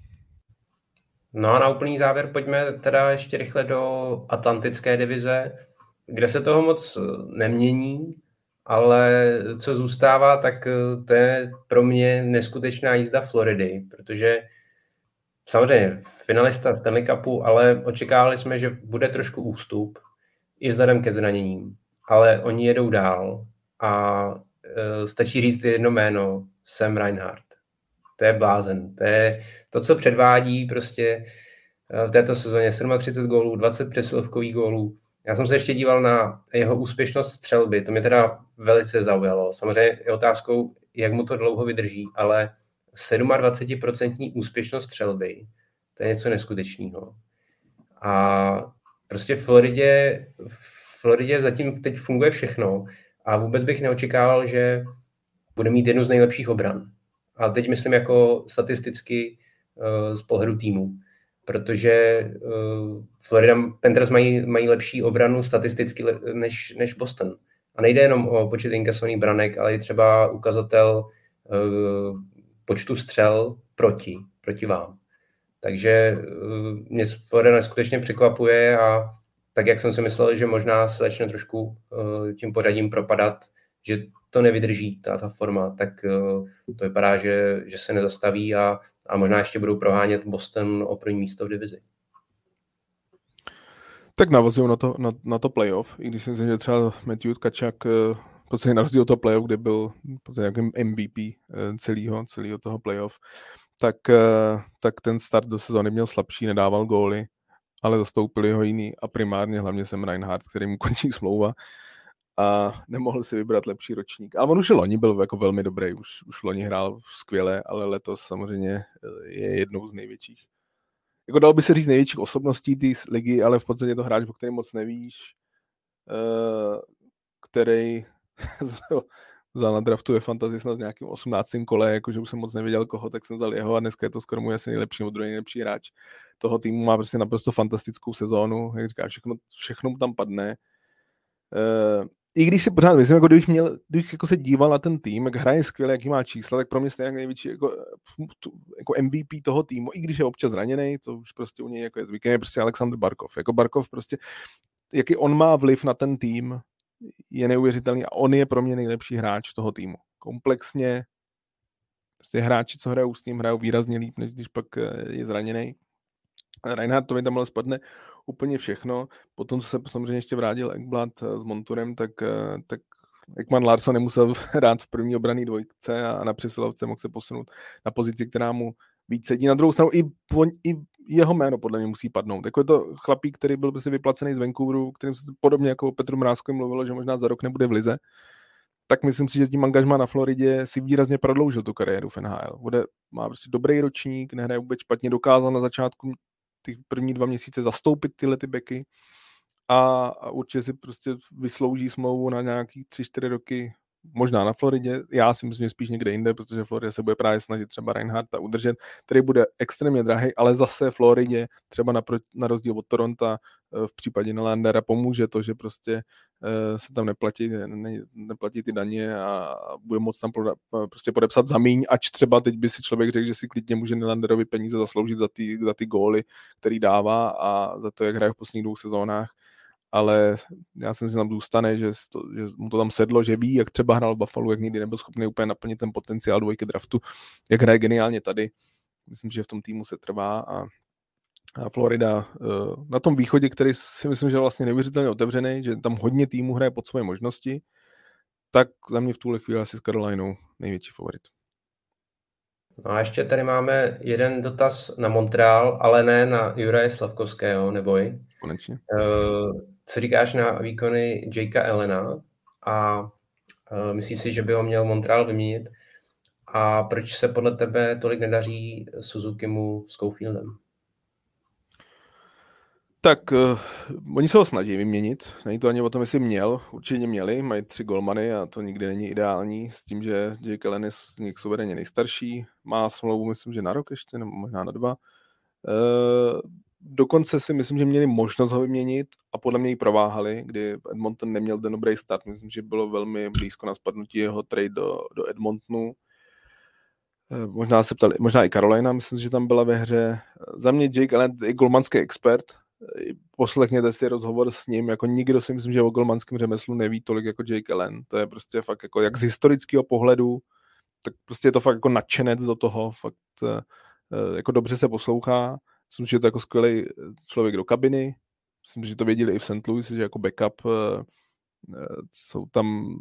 No a na úplný závěr pojďme teda ještě rychle do atlantické divize, kde se toho moc nemění, ale co zůstává, tak to je pro mě neskutečná jízda Floridy, protože samozřejmě finalista Stanley Cupu, ale očekávali jsme, že bude trošku ústup i vzhledem ke zraněním, ale oni jedou dál a e, stačí říct jedno jméno, Sam Reinhart. To je blázen. To je to, co předvádí prostě v této sezóně třicet sedm gólů, dvacet přesilovkových gólů. Já jsem se ještě díval na jeho úspěšnost střelby, to mě teda velice zaujalo. Samozřejmě je otázkou, jak mu to dlouho vydrží, ale dvacet sedm procent úspěšnost střelby, to je něco neskutečného. A prostě v Floridě, v Floridě zatím teď funguje všechno a vůbec bych neočekával, že bude mít jednu z nejlepších obran. A teď myslím jako statisticky uh, z pohledu týmu, protože uh, Florida Panthers mají, mají lepší obranu statisticky le, než, než Boston. A nejde jenom o počet inkasovaných branek, ale i třeba ukazatel uh, počtu střel proti, proti vám. Takže uh, mě Florida skutečně překvapuje a tak, jak jsem si myslel, že možná se začne trošku uh, tím pořadím propadat, že to nevydrží, ta, ta forma, tak uh, to vypadá, že, že se nezastaví a, a možná ještě budou prohánět Boston o první místo v divizi. Tak navazují na to, na, na to playoff, i když si myslím, že třeba Matthew Tkachuk uh, v podstatě na rozdíl od toho playoff, kde byl v podstatě nějakým M V P uh, celého, celého toho playoff, tak, uh, tak ten start do sezóny měl slabší, nedával góly, ale zastoupili ho jiný a primárně hlavně Sam Reinhart, který mu končí smlouva a nemohl si vybrat lepší ročník. Ale on už loni byl jako velmi dobrý, už, už loni hrál skvěle, ale letos samozřejmě je jednou z největších. Jako dalo by se říct největších osobností té ligy, ale v podstatě je to hráč, o kterém moc nevíš, který vzal na draftu ve fantasy snad v nějakým osmnáctém kole, jakože už jsem moc nevěděl koho, tak jsem vzal jeho a dneska je to skoro můj asi nejlepší nebo druhý nejlepší hráč toho týmu, má prostě naprosto fantastickou sezónu, jak říká, všechno, všechno mu tam padne. i když si pořád myslím, jako kdybych, měl, kdybych jako se díval na ten tým, jak hraje skvěle, jaký má čísla, tak pro mě stejně největší jako, jako M V P toho týmu, i když je občas zraněný, to už prostě u něj jako je zvykem, je prostě Alexander Barkov. Jako Barkov prostě, jaký on má vliv na ten tým, je neuvěřitelný a on je pro mě nejlepší hráč toho týmu. Komplexně, prostě hráči, co hrajou s ním, hrajou výrazně líp, než když pak je zraněný. Reinhardt to mi tam ale spadne úplně všechno. Potom, co se samozřejmě ještě vrátil Ekblad s Monturem, tak, tak Ekman Larsson nemusel hrát v první obranné dvojce a na přesilovce mohl se posunout na pozici, která mu víc sedí. Na druhou stranu i, i jeho jméno podle mě musí padnout. Jako je to chlapík, který byl prostě vyplacený z Vancouveru, kterým se podobně jako o Petru Mrázkovi mluvilo, že možná za rok nebude v lize. Tak myslím si, že tím angažmá na Floridě si výrazně prodloužil tu kariéru v N H L. Bude, má prostě dobrý ročník, nehraje vůbec špatně, dokázal na začátku ty první dva měsíce zastoupit tyhle ty beky a, a určitě si prostě vyslouží smlouvu na nějaký tři čtyři roky, možná na Floridě. Já si myslím, že spíš někde jinde, protože Florida se bude právě snažit třeba Reinhardta udržet, který bude extrémně drahý, ale zase Floridě třeba na, na rozdíl od Toronto v případě Nylandera pomůže to, že prostě uh, se tam neplatí, ne, neplatí ty daně a bude moct tam proda, prostě podepsat za míň, ač třeba teď by si člověk řekl, že si klidně může Nylanderovi peníze zasloužit za ty, za ty góly, který dává a za to, jak hraje v posledních dvou sezónách. Ale já jsem si tam zůstane, že, to, že mu to tam sedlo, že ví, jak třeba hrál v Buffalo, jak nikdy nebyl schopný úplně naplnit ten potenciál dvojky draftu, jak hraje geniálně tady. Myslím, že v tom týmu se trvá a, a Florida na tom východě, který si myslím, že je vlastně neuvěřitelně otevřený, že tam hodně týmů hraje pod svoje možnosti, tak za mě v tuhle chvíli asi s Carolinou největší favorit. No a ještě tady máme jeden dotaz na Montreal, ale ne na Juraje Slavkovského, neboj. Konečně. Uh, co říkáš na výkony Jakea Allena a uh, myslíš si, že by ho měl Montreal vyměnit? A proč se podle tebe tolik nedaří Suzukimu s Cofieldem? Tak uh, oni se ho snaží vyměnit, není to ani o tom, jestli měl, určitě měli, mají tři golmany a to nikdy není ideální, s tím, že Jake Allen je z nich suverénně nejstarší, má smlouvu, myslím, že na rok ještě, nebo možná na dva. Uh, dokonce si myslím, že měli možnost ho vyměnit a podle mě ji prováhali, kdy Edmonton neměl ten dobrý start, myslím, že bylo velmi blízko na spadnutí jeho trade do, do Edmontonu. Uh, možná se ptali, možná i Carolina, myslím, že tam byla ve hře. Za mě Jake Allen je golmanský expert, poslechněte si rozhovor s ním, jako nikdo si myslím, že o golmanském řemeslu neví tolik jako Jake Allen, to je prostě fakt jako jak z historického pohledu, tak prostě je to fakt jako nadšenec do toho, fakt jako dobře se poslouchá, myslím, že je to jako skvělý člověk do kabiny, myslím, že to věděli i v Saint Louis, že jako backup jsou tam,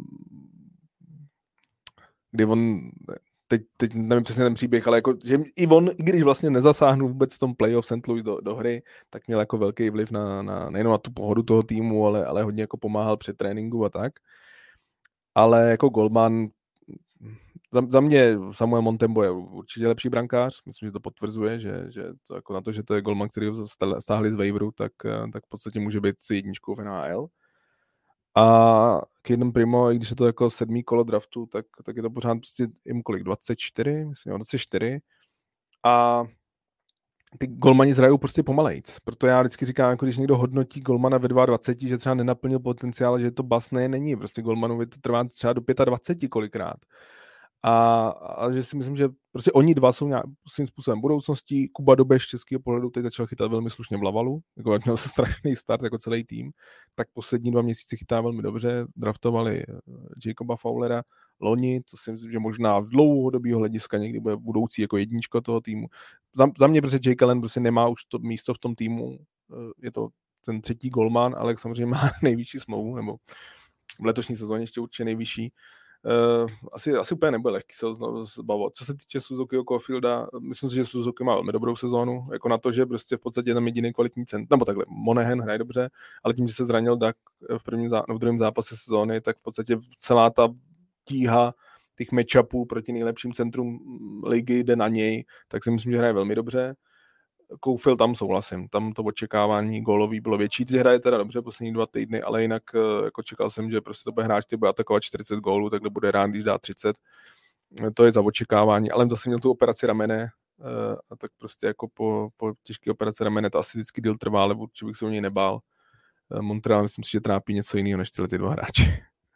kdy on Teď, teď nevím přesně ten příběh, ale jako, že i on, i když vlastně nezasáhnul vůbec v tom playoff Saint Louis do, do hry, tak měl jako velký vliv na, na nejenom na tu pohodu toho týmu, ale, ale hodně jako pomáhal při tréninku a tak. Ale jako golman, za, za mě Samuel Montembo je určitě lepší brankář, myslím, že to potvrzuje, že, že to jako na to, že to je golman, který ho stáhli z waiveru, tak, tak v podstatě může být s jedničkou v N H L. A Kaden Primo, i když je to jako sedmý kolo draftu, tak, tak je to pořád prostě jim kolik, dvacet čtyři, myslím, dvacet čtyři. A ty golmani zhrajou prostě pomalejc. Proto já vždycky říkám, jako když někdo hodnotí golmana ve dvacet dva, že třeba nenaplnil potenciál, že je to bas, ne, není. Prostě golmanovi to trvá třeba do dvacet pět kolikrát. A, a že si myslím, že prostě oni dva jsou nějak, svým způsobem budoucností. Kuba Dobeš z českého pohledu teď začal chytat velmi slušně v Lavalu, jako jak měl se strašný start jako celý tým, tak poslední dva měsíce chytá velmi dobře, draftovali Jacoba Fowlera loni, to si myslím, že možná v dlouhodobého hlediska někdy bude budoucí jako jednička toho týmu. Za, za mě prostě Jake Allen prostě nemá už to místo v tom týmu, je to ten třetí golman, ale samozřejmě má nejvyšší smlouvu, nebo v letošní sezóně ještě určitě nejvyšší. Uh, asi, asi úplně nebude lehký se ho zbavovat. Co se týče Suzukiho Caulfielda, myslím si, že Suzuki má velmi dobrou sezónu, jako na to, že prostě v podstatě je tam jediný kvalitní cent, nebo takhle, Monahan hraje dobře, ale tím, že se zranil Duck v, prvním zá, v druhém zápase sezóny, tak v podstatě celá ta tíha těch matchupů proti nejlepším centrum ligy jde na něj, tak si myslím, že hraje velmi dobře. Caulfield tam souhlasím, tam to očekávání gólový bylo větší, teď hraje teda dobře poslední dva týdny, ale jinak jako čekal jsem, že prostě to bude hráč, který bude atakovat čtyřicet gólů, takhle bude rád, když dá třicet, to je za očekávání, ale zase měl tu operaci ramene a tak prostě jako po, po těžké operaci ramene to asi vždycky díl trvá, ale určitě bych se o něj nebál. Montreal myslím si, že trápí něco jiného než tyhle ty dva hráči.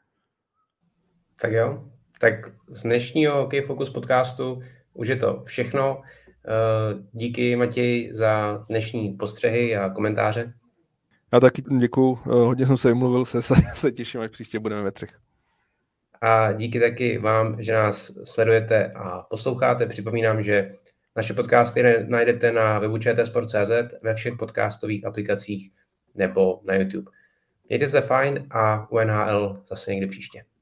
Tak jo, tak z dnešního Hokej Focus podcastu už je to všechno. Díky, Matěj, za dnešní postřehy a komentáře. Já taky děkuju, hodně jsem se vymluvil, se, se těším, až příště budeme ve třech. A díky taky vám, že nás sledujete a posloucháte. Připomínám, že naše podcasty najdete na webu č t sport tečka c z, ve všech podcastových aplikacích nebo na YouTube. Mějte se fajn a U N H L zase někdy příště.